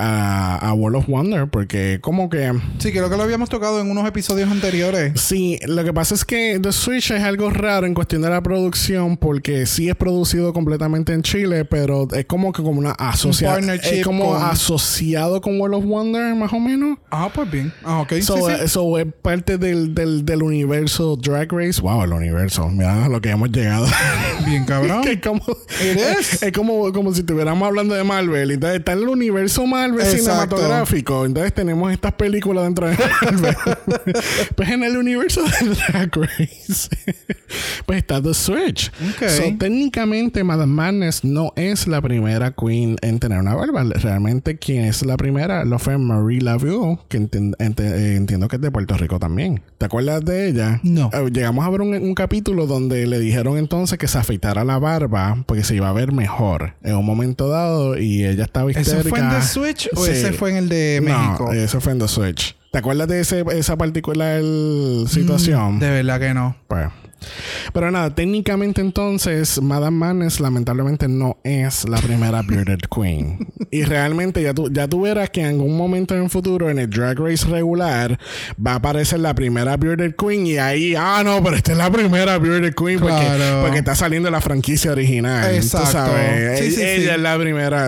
a World of Wonder porque como que... Sí, creo que lo habíamos tocado en unos episodios anteriores. Sí, lo que pasa es que The Switch es algo raro en cuestión de la producción porque sí es producido completamente en Chile, pero es como una asociación. Es como asociado con World of Wonder, más o menos. Pues bien. Ok. So es parte del universo Drag Race. Wow, el universo. Mira lo que hemos llegado. Bien cabrón. Que como... Es como si estuviéramos hablando de Marvel. Entonces está en el universo Marvel cinematográfico. Entonces tenemos estas películas dentro de Marvel. Pues en el universo de Drag Race pues está The Switch. So técnicamente Madame Madness no es la primera queen en tener una barba. Realmente quien es la primera lo fue Marie Laveau, que entiendo que es de Puerto Rico también. ¿Te acuerdas de ella? No. Llegamos a ver un capítulo donde le dijeron entonces que se afeitara la barba porque se iba a ver mejor en un momento dado y ella estaba histérica. ¿Eso fue en The Switch o ese fue en el de México? No, eso fue en The Switch. ¿Te acuerdas de esa particular situación? De verdad que no. Pues... Pero nada, técnicamente entonces Madame Madness lamentablemente no es la primera Bearded Queen. Y realmente ya tú verás que en algún momento en el futuro en el Drag Race regular va a aparecer la primera Bearded Queen y ahí, no, pero esta es la primera Bearded Queen porque está saliendo la franquicia original. Exacto. Tú sabes, sí, ella es la primera,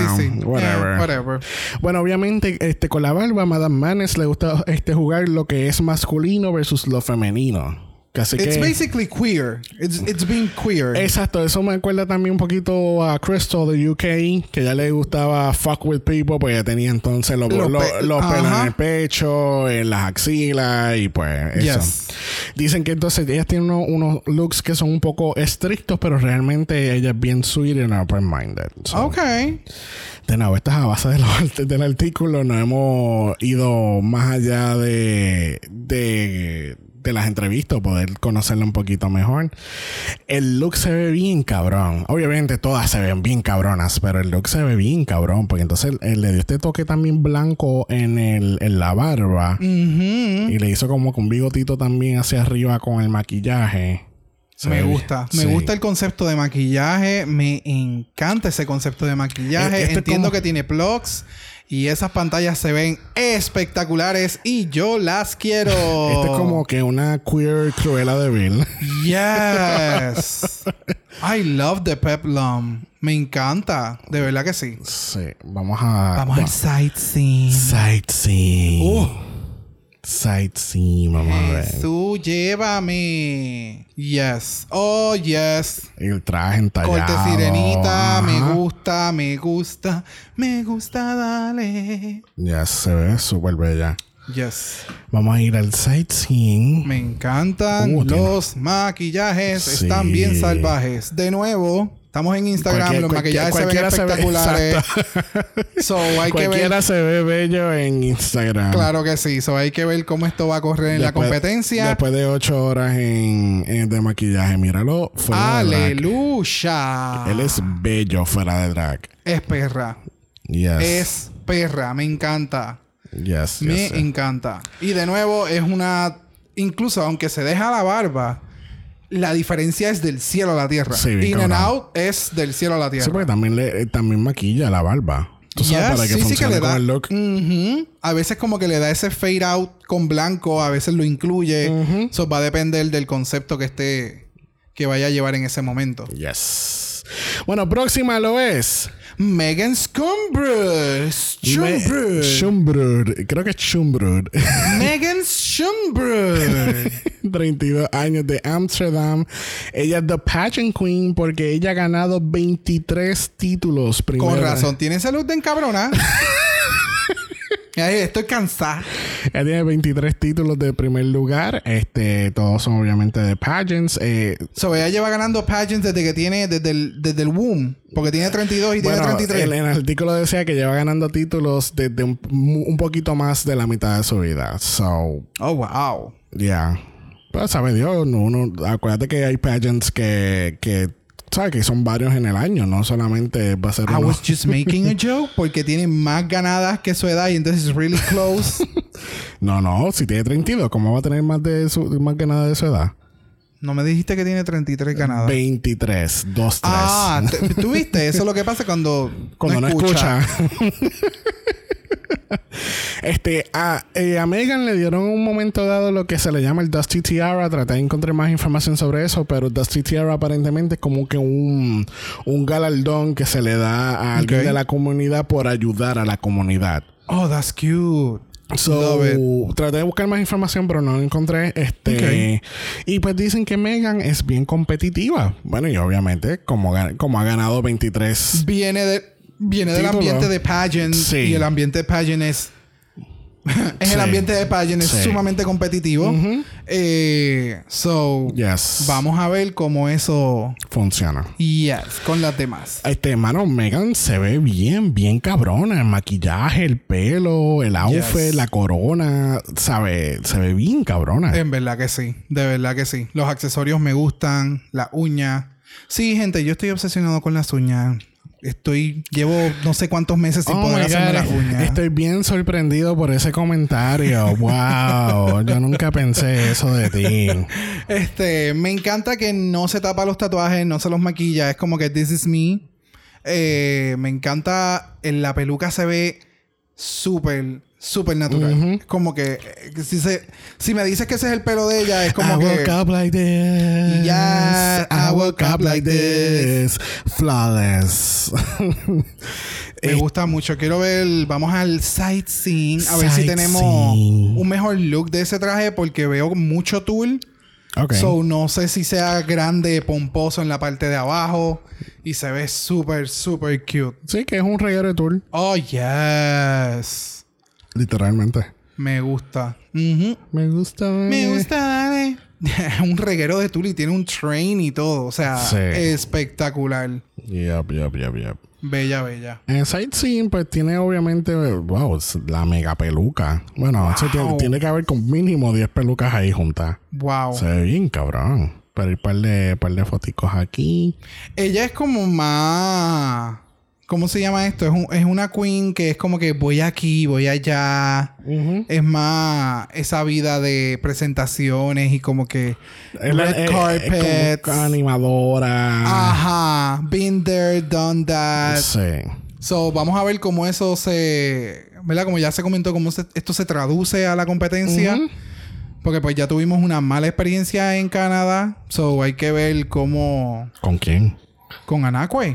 whatever. Bueno, obviamente con la barba Madame Madness le gusta jugar lo que es masculino versus lo femenino. It's basically queer. It's being queer. Exacto. Eso me acuerda también un poquito a Crystal de UK, que ya le gustaba fuck with people, pues ya tenía entonces los pelos en el pecho, en las axilas y pues eso. Yes. Dicen que entonces ellas tienen unos looks que son un poco estrictos, pero realmente ella es bien sweet y open-minded. So, de nuevo, esta es a base del artículo. No hemos ido más allá de las entrevistas, poder conocerla un poquito mejor. El look se ve bien cabrón. Obviamente todas se ven bien cabronas, pero el look se ve bien cabrón, porque entonces él le dio este toque también blanco en la barba y le hizo como con un bigotito también hacia arriba con el maquillaje. Me gusta el concepto de maquillaje. Me encanta ese concepto de maquillaje. Entiendo que tiene plugs y esas pantallas se ven espectaculares y yo las quiero. Es como que una queer Cruella de Vil. Yes. I love the peplum. Me encanta. De verdad que sí. Sí. Vamos al sightseeing. Sightseeing, vamos a ver. Jesús, llévame. Yes. Oh, yes. El traje entallado. Corte sirenita. Ajá. Me gusta, dale. Yes, se ve súper bella. Yes. Vamos a ir al sightseeing. Me encantan los maquillajes. Sí. Están bien salvajes. De nuevo, estamos en Instagram. Los maquillajes se ven espectaculares. Cualquiera se ve bello en Instagram. Claro que sí. Hay que ver cómo esto va a correr en la competencia. Después de 8 horas de maquillaje. Míralo fuera de drag. ¡Aleluya! Él es bello fuera de drag. Es perra. Yes. Es perra. Me encanta. Yes, me encanta. Y de nuevo es una... Incluso aunque se deja la barba, la diferencia es del cielo a la tierra. Sí, In and Out es del cielo a la tierra. Sí, porque también maquilla la barba. Tú sabes, para que funcione con el look. A veces como que le da ese fade out con blanco. A veces lo incluye. Eso va a depender del concepto que vaya a llevar en ese momento. Yes. Bueno, próxima lo es... Megan Schumberg. Creo que es Schumberg. Megan Schumberg. 32 años de Amsterdam. Ella es The Pageant Queen porque ella ha ganado 23 títulos primero. Con razón. Tiene salud de encabrona. Estoy cansada. Ella tiene 23 títulos de primer lugar. Todos son obviamente de pageants. Ella lleva ganando pageants desde el womb. Porque tiene 32 y tiene 33. En el artículo decía que lleva ganando títulos desde un poquito más de la mitad de su vida. Oh, wow. Yeah. Pero sabe Dios, acuérdate que hay pageants que ¿sabes? Que son varios en el año, no solamente va a ser uno. I was just making a joke porque tiene más ganadas que su edad y entonces es really close. No, si tiene 32, ¿cómo va a tener más ganadas de su edad? No me dijiste que tiene 33 ganadas. 23, 2, 3. ¿Tú viste? Eso es lo que pasa cuando no escucha. A Megan le dieron en un momento dado lo que se le llama el Dusty Tiara. Traté de encontrar más información sobre eso, pero Dusty Tiara aparentemente es como que un galardón que se le da a alguien de la comunidad por ayudar a la comunidad. Oh, that's cute. Traté de buscar más información, pero no la encontré. Y pues dicen que Megan es bien competitiva. Bueno, y obviamente, como ha ganado 23... Viene del ambiente de pageant. Sí. Y el ambiente de pageant es... el ambiente de pageant es sumamente competitivo. Vamos a ver cómo eso... funciona. Yes. Con las demás. Mano, Megan se ve bien cabrona. El maquillaje, el pelo, el outfit, la corona. ¿Sabe? Se ve bien cabrona. En verdad que sí. De verdad que sí. Los accesorios me gustan. La uña. Sí, gente. Yo estoy obsesionado con las uñas. Llevo no sé cuántos meses sin poder hacerme las uñas. Estoy bien sorprendido por ese comentario. Wow, yo nunca pensé eso de ti. Me encanta que no se tapa los tatuajes, no se los maquilla. Es como que this is me. Me encanta. La peluca se ve súper natural. Es como que si me dices que ese es el pelo de ella, es como que... I woke up like this. Yeah, I woke up like this. Flawless. Me gusta mucho. Quiero ver... Vamos al sightseeing. A ver si tenemos un mejor look de ese traje porque veo mucho tul. Okay. No sé si sea grande, pomposo en la parte de abajo. Y se ve súper cute. Sí, que es un reguero de tul. Oh, yes. Literalmente. Me gusta. Me gusta, dale. Un reguero de tul y tiene un train y todo. O sea, espectacular. Yep. Bella. En Sightseeing, pues tiene obviamente, la mega peluca. Bueno, eso tiene que haber con mínimo 10 pelucas ahí juntas. Wow. Se ve bien cabrón. Pero hay un par de foticos aquí. Ella es como más... ¿Cómo se llama esto? Es una queen que es como que voy aquí, voy allá. Es más esa vida de presentaciones y como que red carpets. Como animadora. Ajá. Been there, done that. Sí. Vamos a ver cómo eso ¿verdad? Como ya se comentó, cómo esto se traduce a la competencia. Porque pues ya tuvimos una mala experiencia en Canadá. Hay que ver cómo... ¿Con quién? Con Anakwe.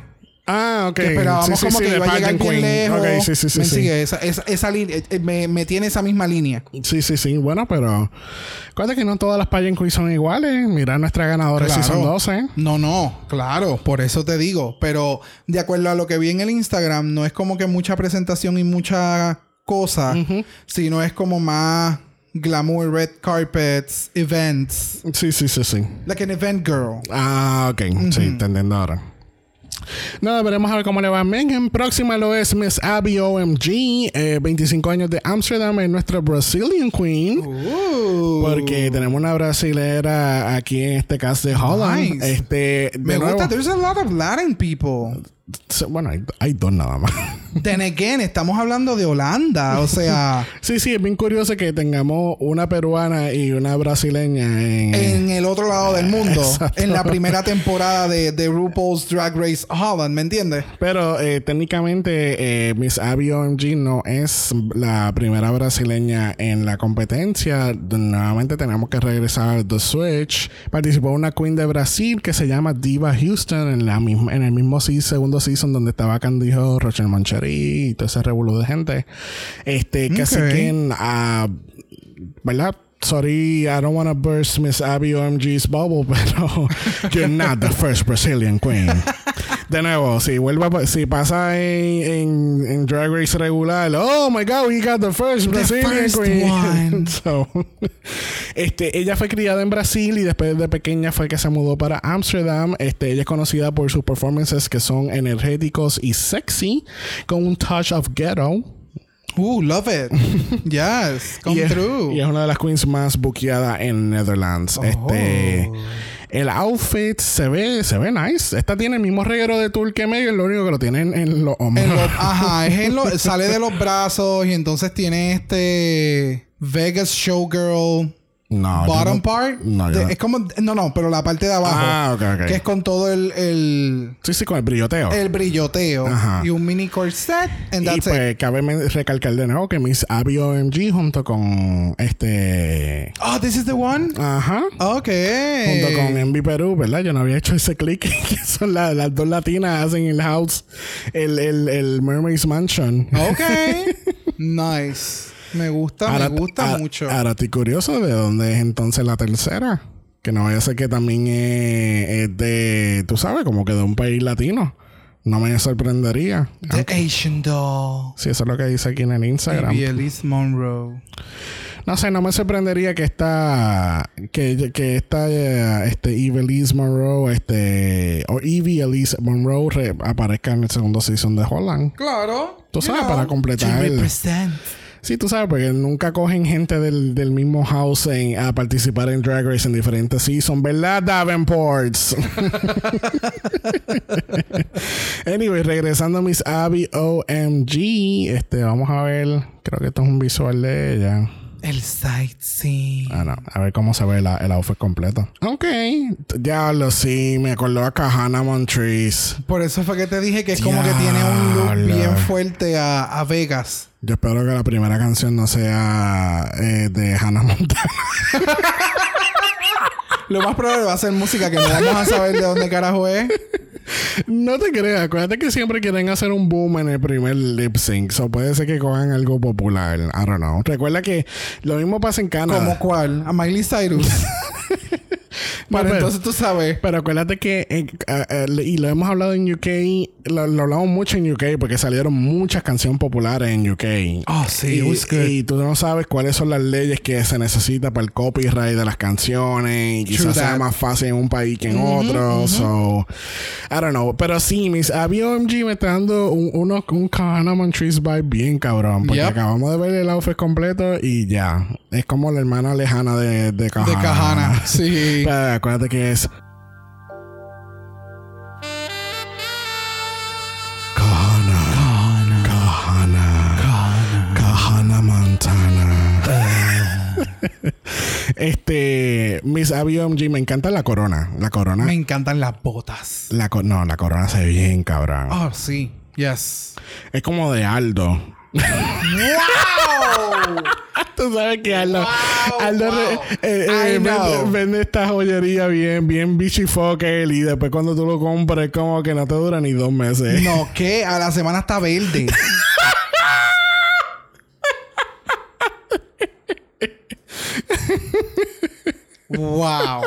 Ah, ok. Que esperábamos como que iba a llegar bien lejos. Ok, sí. Me sigue esa línea. Me tiene esa misma línea. Sí. Bueno, pero... Acuérdate que no todas las pageant queens son iguales. Mira, nuestra ganadora sí son 12. No. Claro. Por eso te digo. Pero de acuerdo a lo que vi en el Instagram, no es como que mucha presentación y mucha cosa. Sino es como más... glamour, red carpets, events. Sí. Like an event girl. Ah, ok. Sí, entendiendo ahora. Nada, veremos a ver cómo le va a Megan. Próxima lo es Miss Abby OMG, 25 años de Amsterdam, es nuestra Brazilian Queen. Porque tenemos una brasilera aquí en este caso de Holland. Nice. Me gusta. There's a lot of Latin people. Bueno, hay dos nada más. Then again, estamos hablando de Holanda, o sea... Sí, es bien curioso que tengamos una peruana y una brasileña en el otro lado del mundo. Exacto. En la primera temporada de RuPaul's Drag Race Holland, ¿me entiendes? Pero técnicamente Miss Abby OMG no es la primera brasileña en la competencia. Nuevamente tenemos que regresar a The Switch. Participó una queen de Brasil que se llama Diva Houston en el mismo segundo season donde estaba Candido, Rochelle Moncheri y todo ese revolú de gente. Casi que ¿verdad? Sorry, I don't want to burst Miss Abby OMG's bubble, pero you're not the first Brazilian queen. De nuevo, si pasa en Drag Race regular, oh my God, we got the first Brazilian queen. One. So, ella fue criada en Brasil y después de pequeña fue que se mudó para Amsterdam. Ella es conocida por sus performances que son energéticos y sexy, con un touch of ghetto. Love it. Yes, come through. Y es una de las queens más buqueadas en Netherlands. El outfit se ve nice. Esta tiene el mismo reguero de tul que Megan, lo único que lo tiene en los hombros. Sale de los brazos y entonces tiene Vegas Showgirl. Bottom part. Es como... No, pero la parte de abajo. Ok. Que es con todo el... Sí, con el brilloteo. El brilloteo. Ajá. Y un mini corset. And y that's pues cabe recalcar de nuevo que Miss Abby OMG junto con Oh, this is the one? Ajá. Ok. Junto con Envy Perú, ¿verdad? Yo no había hecho ese click. Que son las dos latinas hacen el house. El Mermaid's Mansion. Ok. Nice. Me gusta mucho. Ahora estoy curioso de dónde es entonces la tercera. Que no vaya a ser que también es de... Tú sabes, como que de un país latino. No me sorprendería. The Asian Doll. Sí, eso es lo que dice aquí en el Instagram. Evie Elise Monroe. No sé, no me sorprendería que Evie Elise Monroe o Evie Elise Monroe aparezca en el segundo season de Holland. Claro. Tú sabes, para completar Sí, tú sabes, porque nunca cogen gente del mismo house a participar en Drag Race en diferentes seasons, ¿verdad, Davenports? Anyway, regresando a Miss Abby OMG, vamos a ver, creo que esto es un visual de ella. El sightseeing. No. A ver cómo se ve el outfit completo. Ok. Diablo, sí. Me acordó a Kahana Montrese. Por eso fue que te dije que es como que tiene un look bien fuerte a Vegas. Yo espero que la primera canción no sea de Hannah Montana. Lo más probable va a ser música que no vamos a saber de dónde carajo es. No te creas, acuérdate que siempre quieren hacer un boom en el primer lip sync. O puede ser que cojan algo popular. I don't know. Recuerda que lo mismo pasa en Canadá. ¿Cómo cuál? A Miley Cyrus. Pero entonces tú sabes. Pero acuérdate que y lo hemos hablado en UK, lo hablamos mucho en UK porque salieron muchas canciones populares en UK. Oh, sí, it was good. Y tú no sabes cuáles son las leyes que se necesita para el copyright de las canciones. Y quizás sea más fácil en un país que en otro. So, I don't know. Pero sí, Miss Abby OMG me está dando un Kahana Montrese vibe bien cabrón. Porque acabamos de ver el outfit completo y ya. Es como la hermana lejana de Kahana. De Kahana, sí. Pero acuérdate que es Kahana Montana. Miss Abby OMG, me encanta la corona. La corona. Me encantan las botas. La corona se ve bien cabrón. Oh, sí. Yes. Es como de Aldo. ¡Wow! Tú sabes que Aldo vende esta joyería bien bichifoque y después cuando tú lo compras como que no te dura ni 2 meses. No, ¿qué? A la semana está verde. Wow.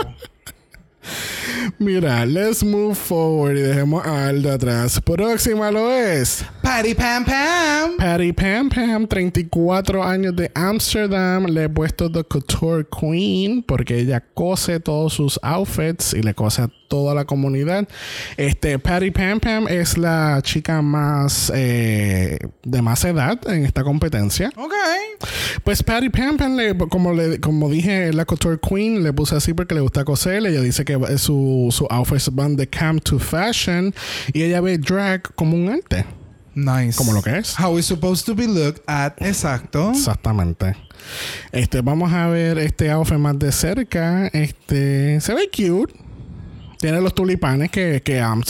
Mira, let's move forward y dejemos a Aldo atrás. Próxima lo es Patty Pam Pam. Patty Pam Pam, 34 años de Amsterdam. Le he puesto The Couture Queen porque ella cose todos sus outfits y le cose a toda la comunidad. Patty Pam Pam es la chica más de más edad en esta competencia. Ok. Pues Patty Pam Pam, como dije, la Couture Queen, le puse así porque le gusta coser. Ella dice que su outfits van de camp to fashion y ella ve drag como un arte. Nice. Como lo que es. How it's supposed to be looked at. Exacto. Exactamente. Vamos a ver este outfit más de cerca. Se ve cute. Tiene los tulipanes que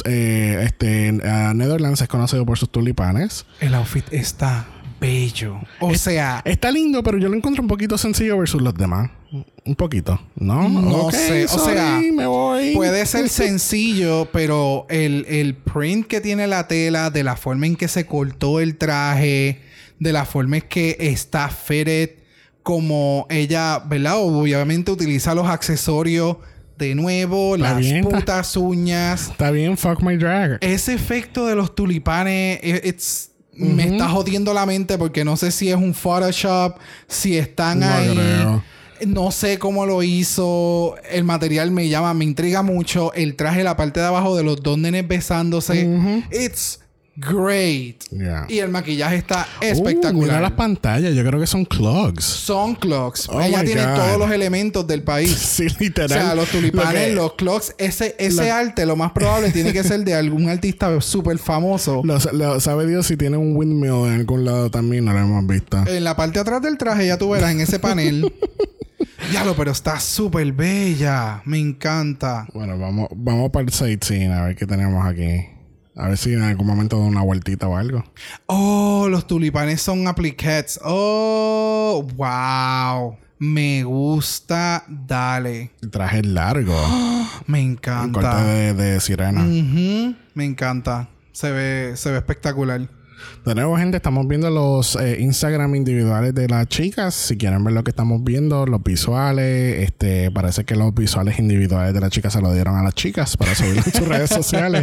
Netherlands es conocido por sus tulipanes. El outfit está bello. O sea... Está lindo, pero yo lo encuentro un poquito sencillo versus los demás. Un poquito. ¿No? No sé. O sea... me voy. Puede ser sencillo, pero el print que tiene la tela, de la forma en que se cortó el traje, de la forma en que está fitted, como ella, ¿verdad? Obviamente utiliza los accesorios de nuevo, las putas uñas. Está bien, fuck my drag. Ese efecto de los tulipanes, me está jodiendo la mente porque no sé si es un Photoshop, si están ahí. Creo. No sé cómo lo hizo. El material me intriga mucho. El traje, la parte de abajo de los dos nenes besándose. It's great. Yeah. Y el maquillaje está espectacular. Mira las pantallas. Yo creo que son clogs. Son clogs. Ella tiene todos los elementos del país. Sí, literal. O sea, los tulipanes, los clogs. Ese arte, lo más probable, tiene que ser de algún artista súper famoso. Sabe Dios si tiene un windmill en algún lado también. No lo hemos visto. En la parte de atrás del traje, ya tú verás en ese panel. Pero está súper bella. Me encanta. Bueno, vamos para el sightseeing a ver qué tenemos aquí. A ver si en algún momento da una vueltita o algo. Oh, los tulipanes son appliqués. Oh, wow. Me gusta. Dale. El traje largo. Me encanta. El corte de sirena. Me encanta. Se ve espectacular. De nuevo, gente, estamos viendo los Instagram individuales de las chicas. Si quieren ver lo que estamos viendo, los visuales. Parece que los visuales individuales de las chicas se lo dieron a las chicas para subirlo en sus redes sociales.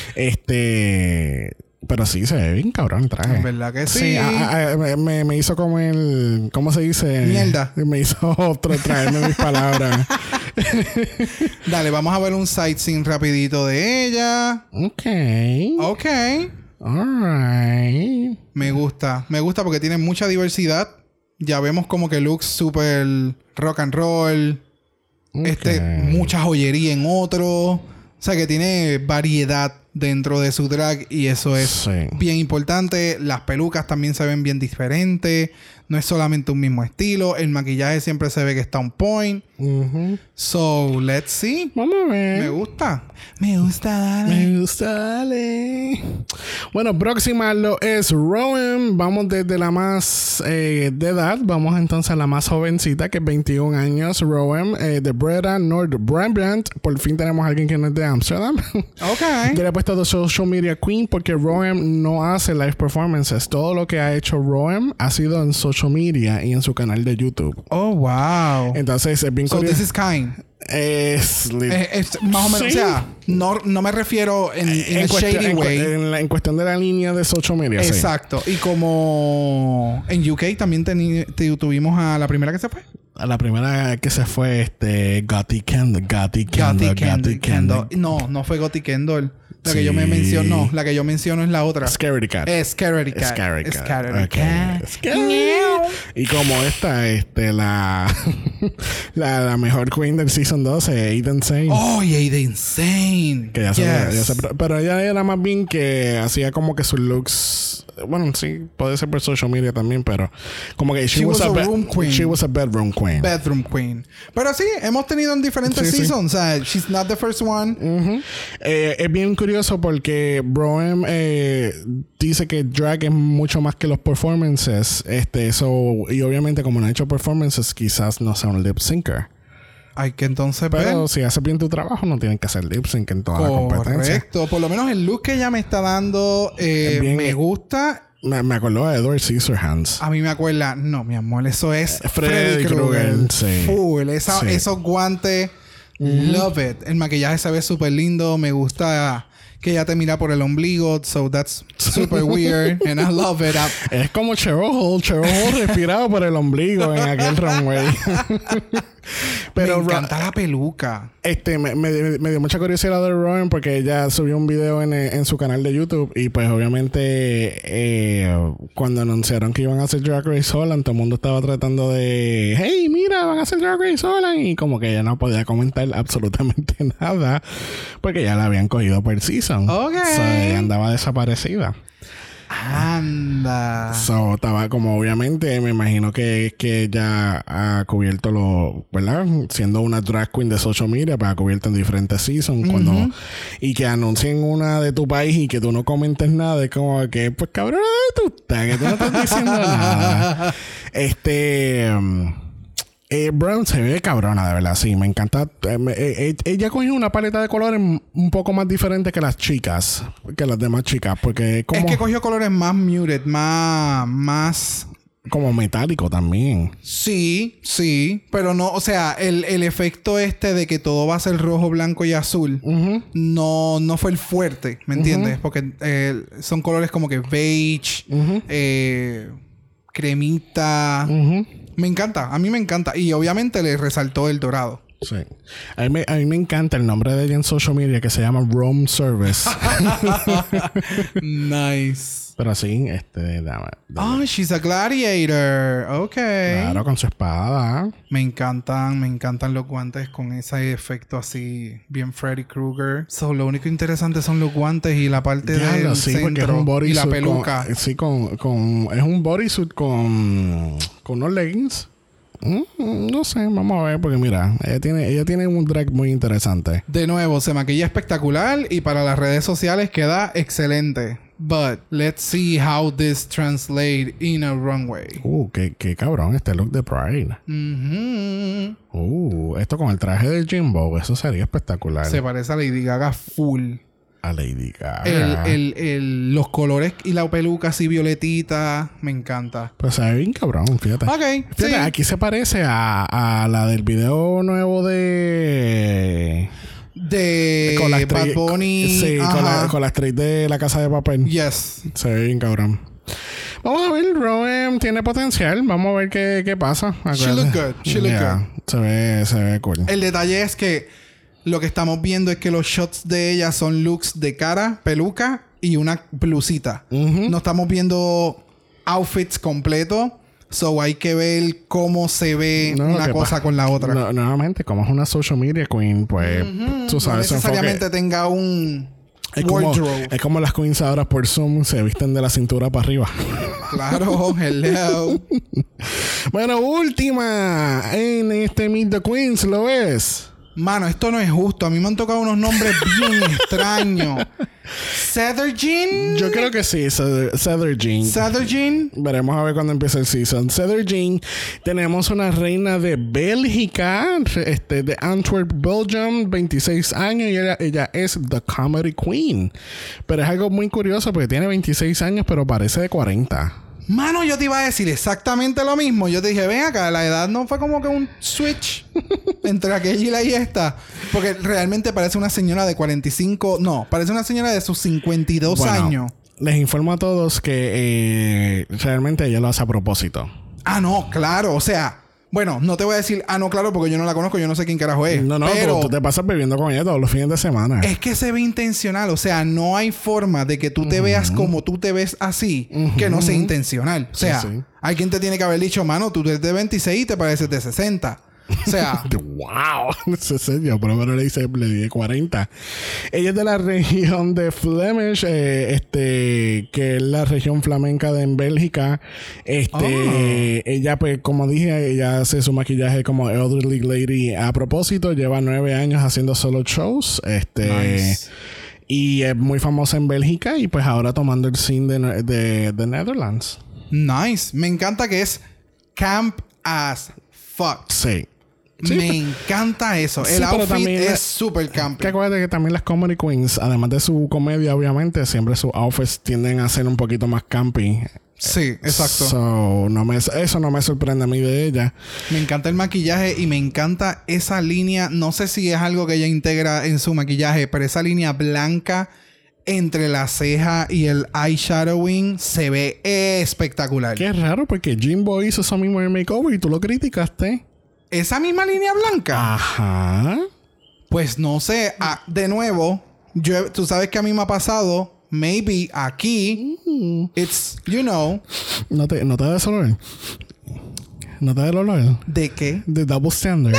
Pero sí, se ve bien cabrón el traje. ¿Es verdad que sí? Me hizo como el... ¿Cómo se dice? Mierda. Me hizo otro traerme mis palabras. Dale, vamos a ver un sightseeing rapidito de ella. Ok. Alright. Me gusta porque tiene mucha diversidad. Ya vemos como que looks súper rock and roll. Mucha joyería en otro. O sea que tiene variedad dentro de su drag y eso es bien importante. Las pelucas también se ven bien diferentes. No es solamente un mismo estilo. El maquillaje siempre se ve que está on point. So, let's see. Vamos a ver. Me gusta, dale. Bueno, próxima lo es Rowan. Vamos desde la más de edad. Vamos entonces a la más jovencita, que es 21 años. Rowan, de Breda Nordbrand. Por fin tenemos a alguien que no es de Amsterdam. Ok. Yo le he puesto The Social Media Queen porque Rowan no hace live performances. Todo lo que ha hecho Rowan ha sido en social media y en su canal de YouTube. Oh, wow. Entonces es bien So this is kind. Es más o menos, o sea, no me refiero en shady way. En cuestión de la línea de social media. Exacto. Y como en UK también tuvimos a la primera que se fue. A la primera que se fue, Gotti Kendall. No fue Gotti Kendall. La que yo me menciono, la que yo menciono es la otra. Scaredy Cat. Scaredy Cat. Y como esta, la mejor queen del season 12, Aiden Sane. Oh, y Aiden Sane. Que pero ella era más bien que hacía como que sus looks Bueno, sí, puede ser por social media también, pero como que she was a room queen. She was a bedroom queen. Bedroom queen. Pero sí, hemos tenido en diferentes seasons. O sea, she's not the first one. Es bien curioso porque Broem dice que drag es mucho más que los performances. Y obviamente como no ha hecho performances, quizás no sea un lip syncer. Hay que entonces Pero si haces bien tu trabajo, no tienen que hacer lip sync en toda la competencia. Correcto. Por lo menos el look que ella me está dando me gusta. Me acuerdo de Edward Scissorhands. A mí me acuerda... No, mi amor. Eso es Freddy Krueger. Sí. Full. Esos guantes... Love it. El maquillaje se ve súper lindo. Me gusta... que ella te mira por el ombligo. So that's super weird. And I love it. Es como Cheryl Hall. Cheryl Hall respirado por el ombligo en aquel runway. Pero me encanta la peluca. Me dio mucha curiosidad de Rowan porque ella subió un video en su canal de YouTube. Y pues obviamente cuando anunciaron que iban a hacer Drag Race Holland, todo el mundo estaba tratando de... Hey, mira, van a hacer Drag Race Holland. Y como que ella no podía comentar absolutamente nada porque ya la habían cogido por season. Ok. So, ella andaba desaparecida. Anda. So, estaba como obviamente, me imagino que ella ha cubierto ¿verdad? Siendo una drag queen de social media, pues ha cubierto en diferentes seasons. Y que anuncien una de tu país y que tú no comentes nada, es como que, pues cabrón, ¿dónde tú estás? Que tú no estás diciendo nada. Brown se ve cabrona, de verdad. Sí, me encanta. Ella cogió una paleta de colores un poco más diferente que las chicas, que las demás chicas, porque es que cogió colores más muted, más como metálico también. Sí, pero no, o sea, el efecto de que todo va a ser rojo, blanco y azul, no fue el fuerte, ¿me entiendes? Porque son colores como que beige, cremita. Me encanta. A mí me encanta. Y obviamente le resaltó el dorado. Sí. A mí me encanta el nombre de ella en social media que se llama Room Service. Nice. Pero sí, Oh, she's a gladiator. Ok. Claro, con su espada. Me encantan los guantes con ese efecto así, bien Freddy Krueger. Lo único interesante son los guantes y la parte del centro y la peluca. Es un bodysuit con unos leggings. No sé, vamos a ver porque mira, ella tiene un drag muy interesante. De nuevo, se maquilla espectacular y para las redes sociales queda excelente. But let's see how this translates in a runway. Qué cabrón este look de Pride. Esto con el traje de Jimbo, eso sería espectacular. Se parece a Lady Gaga full. A Lady Gaga. Los colores y la peluca así violetita. Me encanta. Pues se ve bien cabrón, fíjate. Ok. Fíjate, aquí se parece a la del video nuevo de con la Bad Bunny. Sí, con la actriz de La Casa de Papel. Yes. Se ve bien cabrón. Vamos a ver, Rowan tiene potencial. Vamos a ver qué pasa. She look good. Se ve cool. El detalle es que lo que estamos viendo es que los shots de ella son looks de cara, peluca y una blusita. No estamos viendo outfits completos. So hay que ver cómo se ve una cosa con la otra. Nuevamente, como es una social media queen, pues tú sabes. No necesariamente tenga un wardrobe. Es como las queens ahora por Zoom se visten de la cintura para arriba. Claro, hello. Bueno, última en este Meet the Queens, ¿lo ves? Mano, esto no es justo. A mí me han tocado unos nombres bien extraños. ¿Cedar-Jean? Yo creo que sí, Cedar-Jean. ¿Cedar-Jean? Veremos a ver cuando empiece el season. Cedar-Jean. Tenemos una reina de Bélgica, de Antwerp, Belgium, 26 años. Y ella es The Comedy Queen. Pero es algo muy curioso porque tiene 26 años, pero parece de 40. Mano, yo te iba a decir exactamente lo mismo. Yo te dije, ven acá, la edad no fue como que un switch entre aquella y esta. Porque realmente parece una señora de 45... No, parece una señora de sus 52 años. Les informo a todos que realmente ella lo hace a propósito. Ah, no, claro. O sea... Bueno, no te voy a decir, no, claro, porque yo no la conozco, yo no sé quién carajo es. No, pero tú te pasas bebiendo con ella todos los fines de semana. Es que se ve intencional, o sea, no hay forma de que tú te veas como tú te ves así, que no sea intencional. O sea, hay quien te tiene que haber dicho, mano, tú eres de 26 y te pareces de 60. O sea... ¡Wow! No sé, yo por lo menos le dije 40. Ella es de la región de Flemish, que es la región flamenca en Bélgica. Ella, pues, como dije, ella hace su maquillaje como Elderly Lady a propósito. Lleva 9 años haciendo solo shows. Nice. Y es muy famosa en Bélgica y pues ahora tomando el scene de Netherlands. Nice. Me encanta que es camp as fuck. Sí. Me encanta eso. Sí, el outfit es súper campy. Que acuérdate que también las comedy queens, además de su comedia, obviamente, siempre sus outfits tienden a ser un poquito más campy. Sí, exacto. Eso no me sorprende a mí de ella. Me encanta el maquillaje y me encanta esa línea. No sé si es algo que ella integra en su maquillaje, pero esa línea blanca entre la ceja y el eyeshadowing se ve espectacular. Qué raro, porque Jimbo hizo eso mismo en el makeover y tú lo criticaste. ¿Esa misma línea blanca? Ajá. Pues no sé. De nuevo, tú sabes que a mí me ha pasado. Maybe aquí, it's, you know. ¿No te da ese olor? ¿No te da el olor? ¿De qué? De double standard.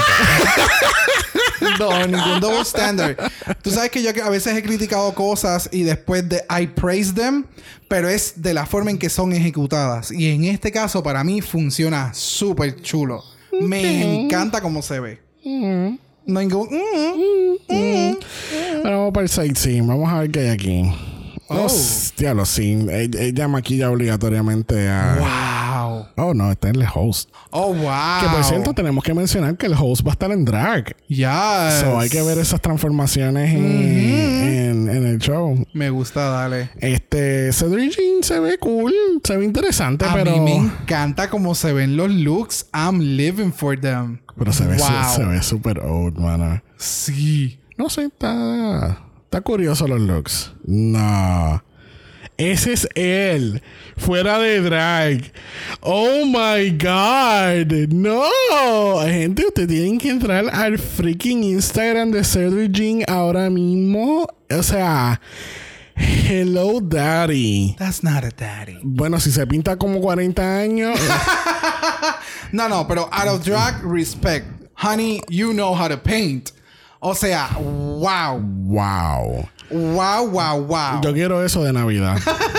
No, ningún double standard. Tú sabes que yo a veces he criticado cosas y después I praise them, pero es de la forma en que son ejecutadas. Y en este caso, para mí, funciona súper chulo. Okay. Me encanta cómo se ve. No hay ningún... Bueno, vamos para el sightseeing. Vamos a ver qué hay aquí. Hostia, sí. Ella maquilla obligatoriamente a... ¡Wow! Oh, no, está en el host. ¡Oh, wow! Que por cierto, tenemos que mencionar que el host va a estar en drag. Yes. So, hay que ver esas transformaciones en el show. Me gusta, dale. Cedric Jean se ve cool. Se ve interesante, pero... A mí me encanta cómo se ven los looks. I'm living for them. Pero se ve súper old, mano. Sí. No sé, Está curioso los looks. No. Ese es él. Fuera de drag. Oh my God. No. Gente, ustedes tienen que entrar al freaking Instagram de Cedric Jean ahora mismo. O sea... Hello, daddy. That's not a daddy. Bueno, si se pinta como 40 años... No, pero out of drag, respect. Honey, you know how to paint. O sea, wow. Wow. Wow, wow, wow. Yo quiero eso de Navidad.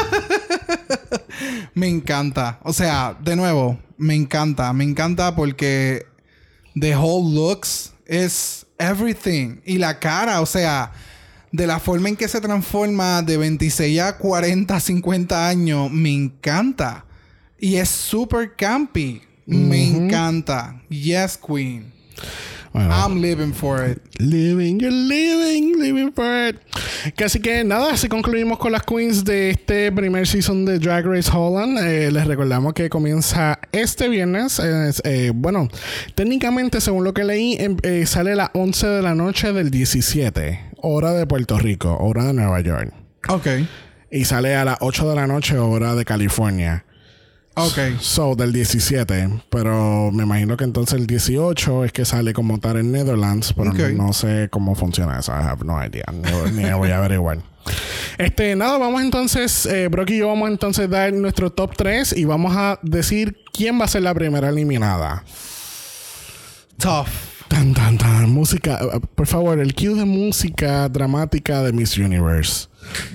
Me encanta. O sea, de nuevo, me encanta. Me encanta porque the whole looks is everything. Y la cara, o sea, de la forma en que se transforma de 26 a 40, 50 años, me encanta. Y es super campy. Me encanta. Yes, queen. Bueno, I'm living for it. Living for it. Que así que nada, así concluimos con las queens de este primer season de Drag Race Holland. Les recordamos que comienza este viernes. Bueno, técnicamente, según lo que leí, sale a las 11 de la noche del 17, hora de Puerto Rico, hora de Nueva York. Ok. Y sale a las 8 de la noche, hora de California. Ok. So, del 17. Pero me imagino que entonces el 18 es que sale como tal en Netherlands. Pero no sé cómo funciona eso. I have no idea. Ni voy a averiguar. Nada, vamos entonces... Brock y yo vamos entonces a dar nuestro top 3. Y vamos a decir quién va a ser la primera eliminada. Tough. Tan. Música... por favor, el cue de música dramática de Miss Universe.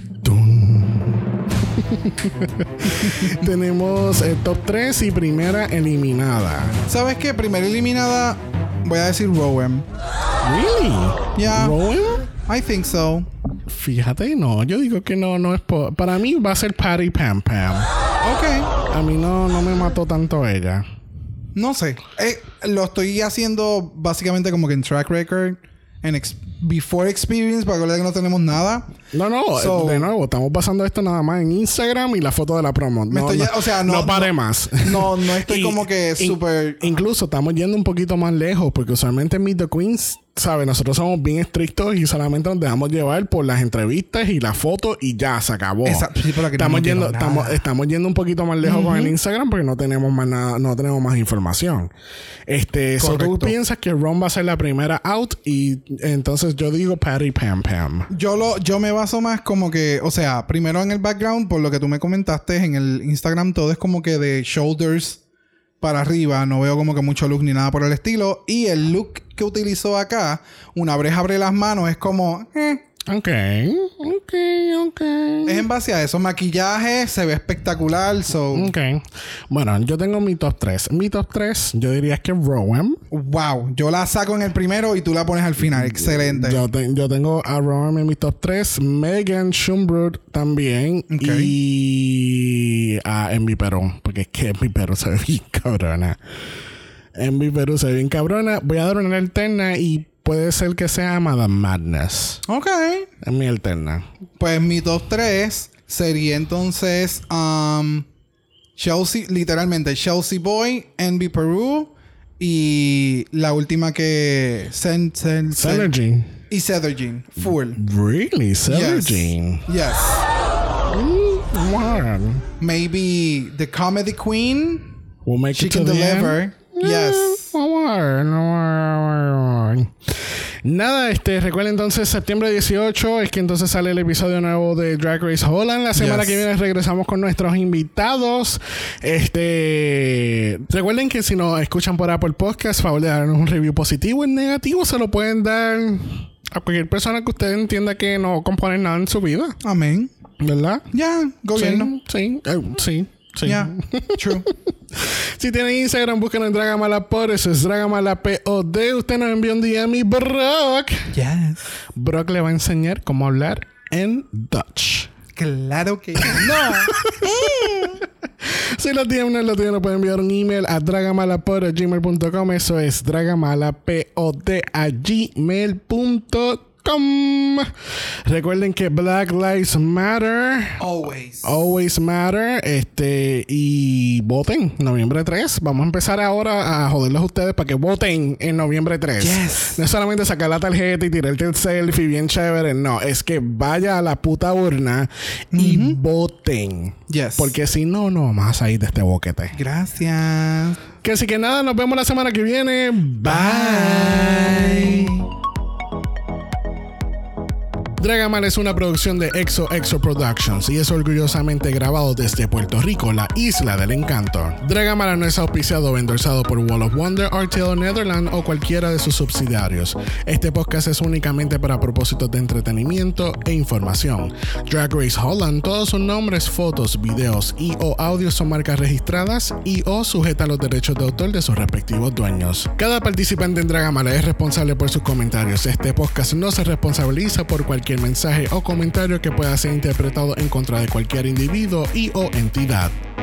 Tenemos el top 3 y primera eliminada. ¿Sabes qué? Primera eliminada, voy a decir Rowan. Really? Yeah. ¿Rowan? I think so. Fíjate, no. Yo digo que no es para mí va a ser Patty Pam Pam. Ok. A mí no me mató tanto ella. No sé. Lo estoy haciendo básicamente como que en track record. En before experience, para que no tenemos nada. No, de nuevo, estamos pasando esto nada más en Instagram y la foto de la promo. No pare más. No estoy como que súper... Incluso estamos yendo un poquito más lejos, porque usualmente en Meet the Queens, ¿sabes? Nosotros somos bien estrictos y solamente nos dejamos llevar por las entrevistas y las fotos y ya, se acabó. Sí, pero estamos yendo un poquito más lejos con el Instagram porque no tenemos más nada, no tenemos más información. So tú piensas que Ron va a ser la primera out y entonces yo digo Patty Pam Pam. Yo me baso más como que, o sea, primero en el background, por lo que tú me comentaste en el Instagram, todo es como que de shoulders para arriba. No veo como que mucho look ni nada por el estilo. Y el look que utilizó acá, una vez abre las manos, es como... Ok. Es en base a eso. Maquillaje se ve espectacular. Ok. Bueno, yo tengo mi top 3. Mi top 3, yo diría que Rowan. Wow. Yo la saco en el primero y tú la pones al final. Excelente. Yo tengo a Rowan en mi top 3. Megan Schumbrud también. Okay. Y a Envy Perú. Porque es que Envy Perú se ve bien cabrona. Voy a dar una alterna y puede ser que sea Madame Madness. Ok. Es mi alterna. Pues mi top 3 sería entonces Chelsea, literalmente Chelsea Boy, Envy Peru y la última que Cedric. Y Cedric. Full. Really? Cedric. Yes. Wow. Maybe the Comedy Queen. We'll make She it can to deliver. Yes. Nada, recuerden entonces septiembre 18 es que entonces sale el episodio nuevo de Drag Race Holland. La semana que viene regresamos con nuestros invitados. Recuerden que si nos escuchan por Apple Podcast, favor de darnos un review positivo. En negativo se lo pueden dar a cualquier persona que usted entienda que no compone nada en su vida. Amén. ¿Verdad? Ya, gobierno. Sí. Yeah, true. Si tienen Instagram, búsquenos en Dragamalapod. Eso es Dragamalapod. Usted nos envió un DM y Brock. Yes. Brock le va a enseñar cómo hablar en Dutch. Claro que no. Si los DM no lo tienen, nos pueden enviar un email a dragamalapod@gmail.com. Eso es dragamalapod@gmail.com. Recuerden que Black Lives Matter. Always matter. Y voten noviembre 3. Vamos a empezar ahora a joderlos a ustedes para que voten en noviembre 3. Yes. No es solamente sacar la tarjeta y tirarte el selfie bien chévere. No, es que vaya a la puta urna y voten. Yes. Porque si no, no vamos a salir de este boquete. Gracias. Que así que nada, nos vemos la semana que viene. Bye. Dragamal es una producción de Exo Productions y es orgullosamente grabado desde Puerto Rico, la isla del encanto. Dragamal no es auspiciado o endorsado por Wall of Wonder, RTL Netherlands o cualquiera de sus subsidiarios. Este podcast es únicamente para propósitos de entretenimiento e información. Drag Race Holland, todos sus nombres, fotos, videos y o audios son marcas registradas y o sujetas a los derechos de autor de sus respectivos dueños. Cada participante en Dragamal es responsable por sus comentarios. Este podcast no se responsabiliza por cualquier mensaje o comentario que pueda ser interpretado en contra de cualquier individuo y o entidad.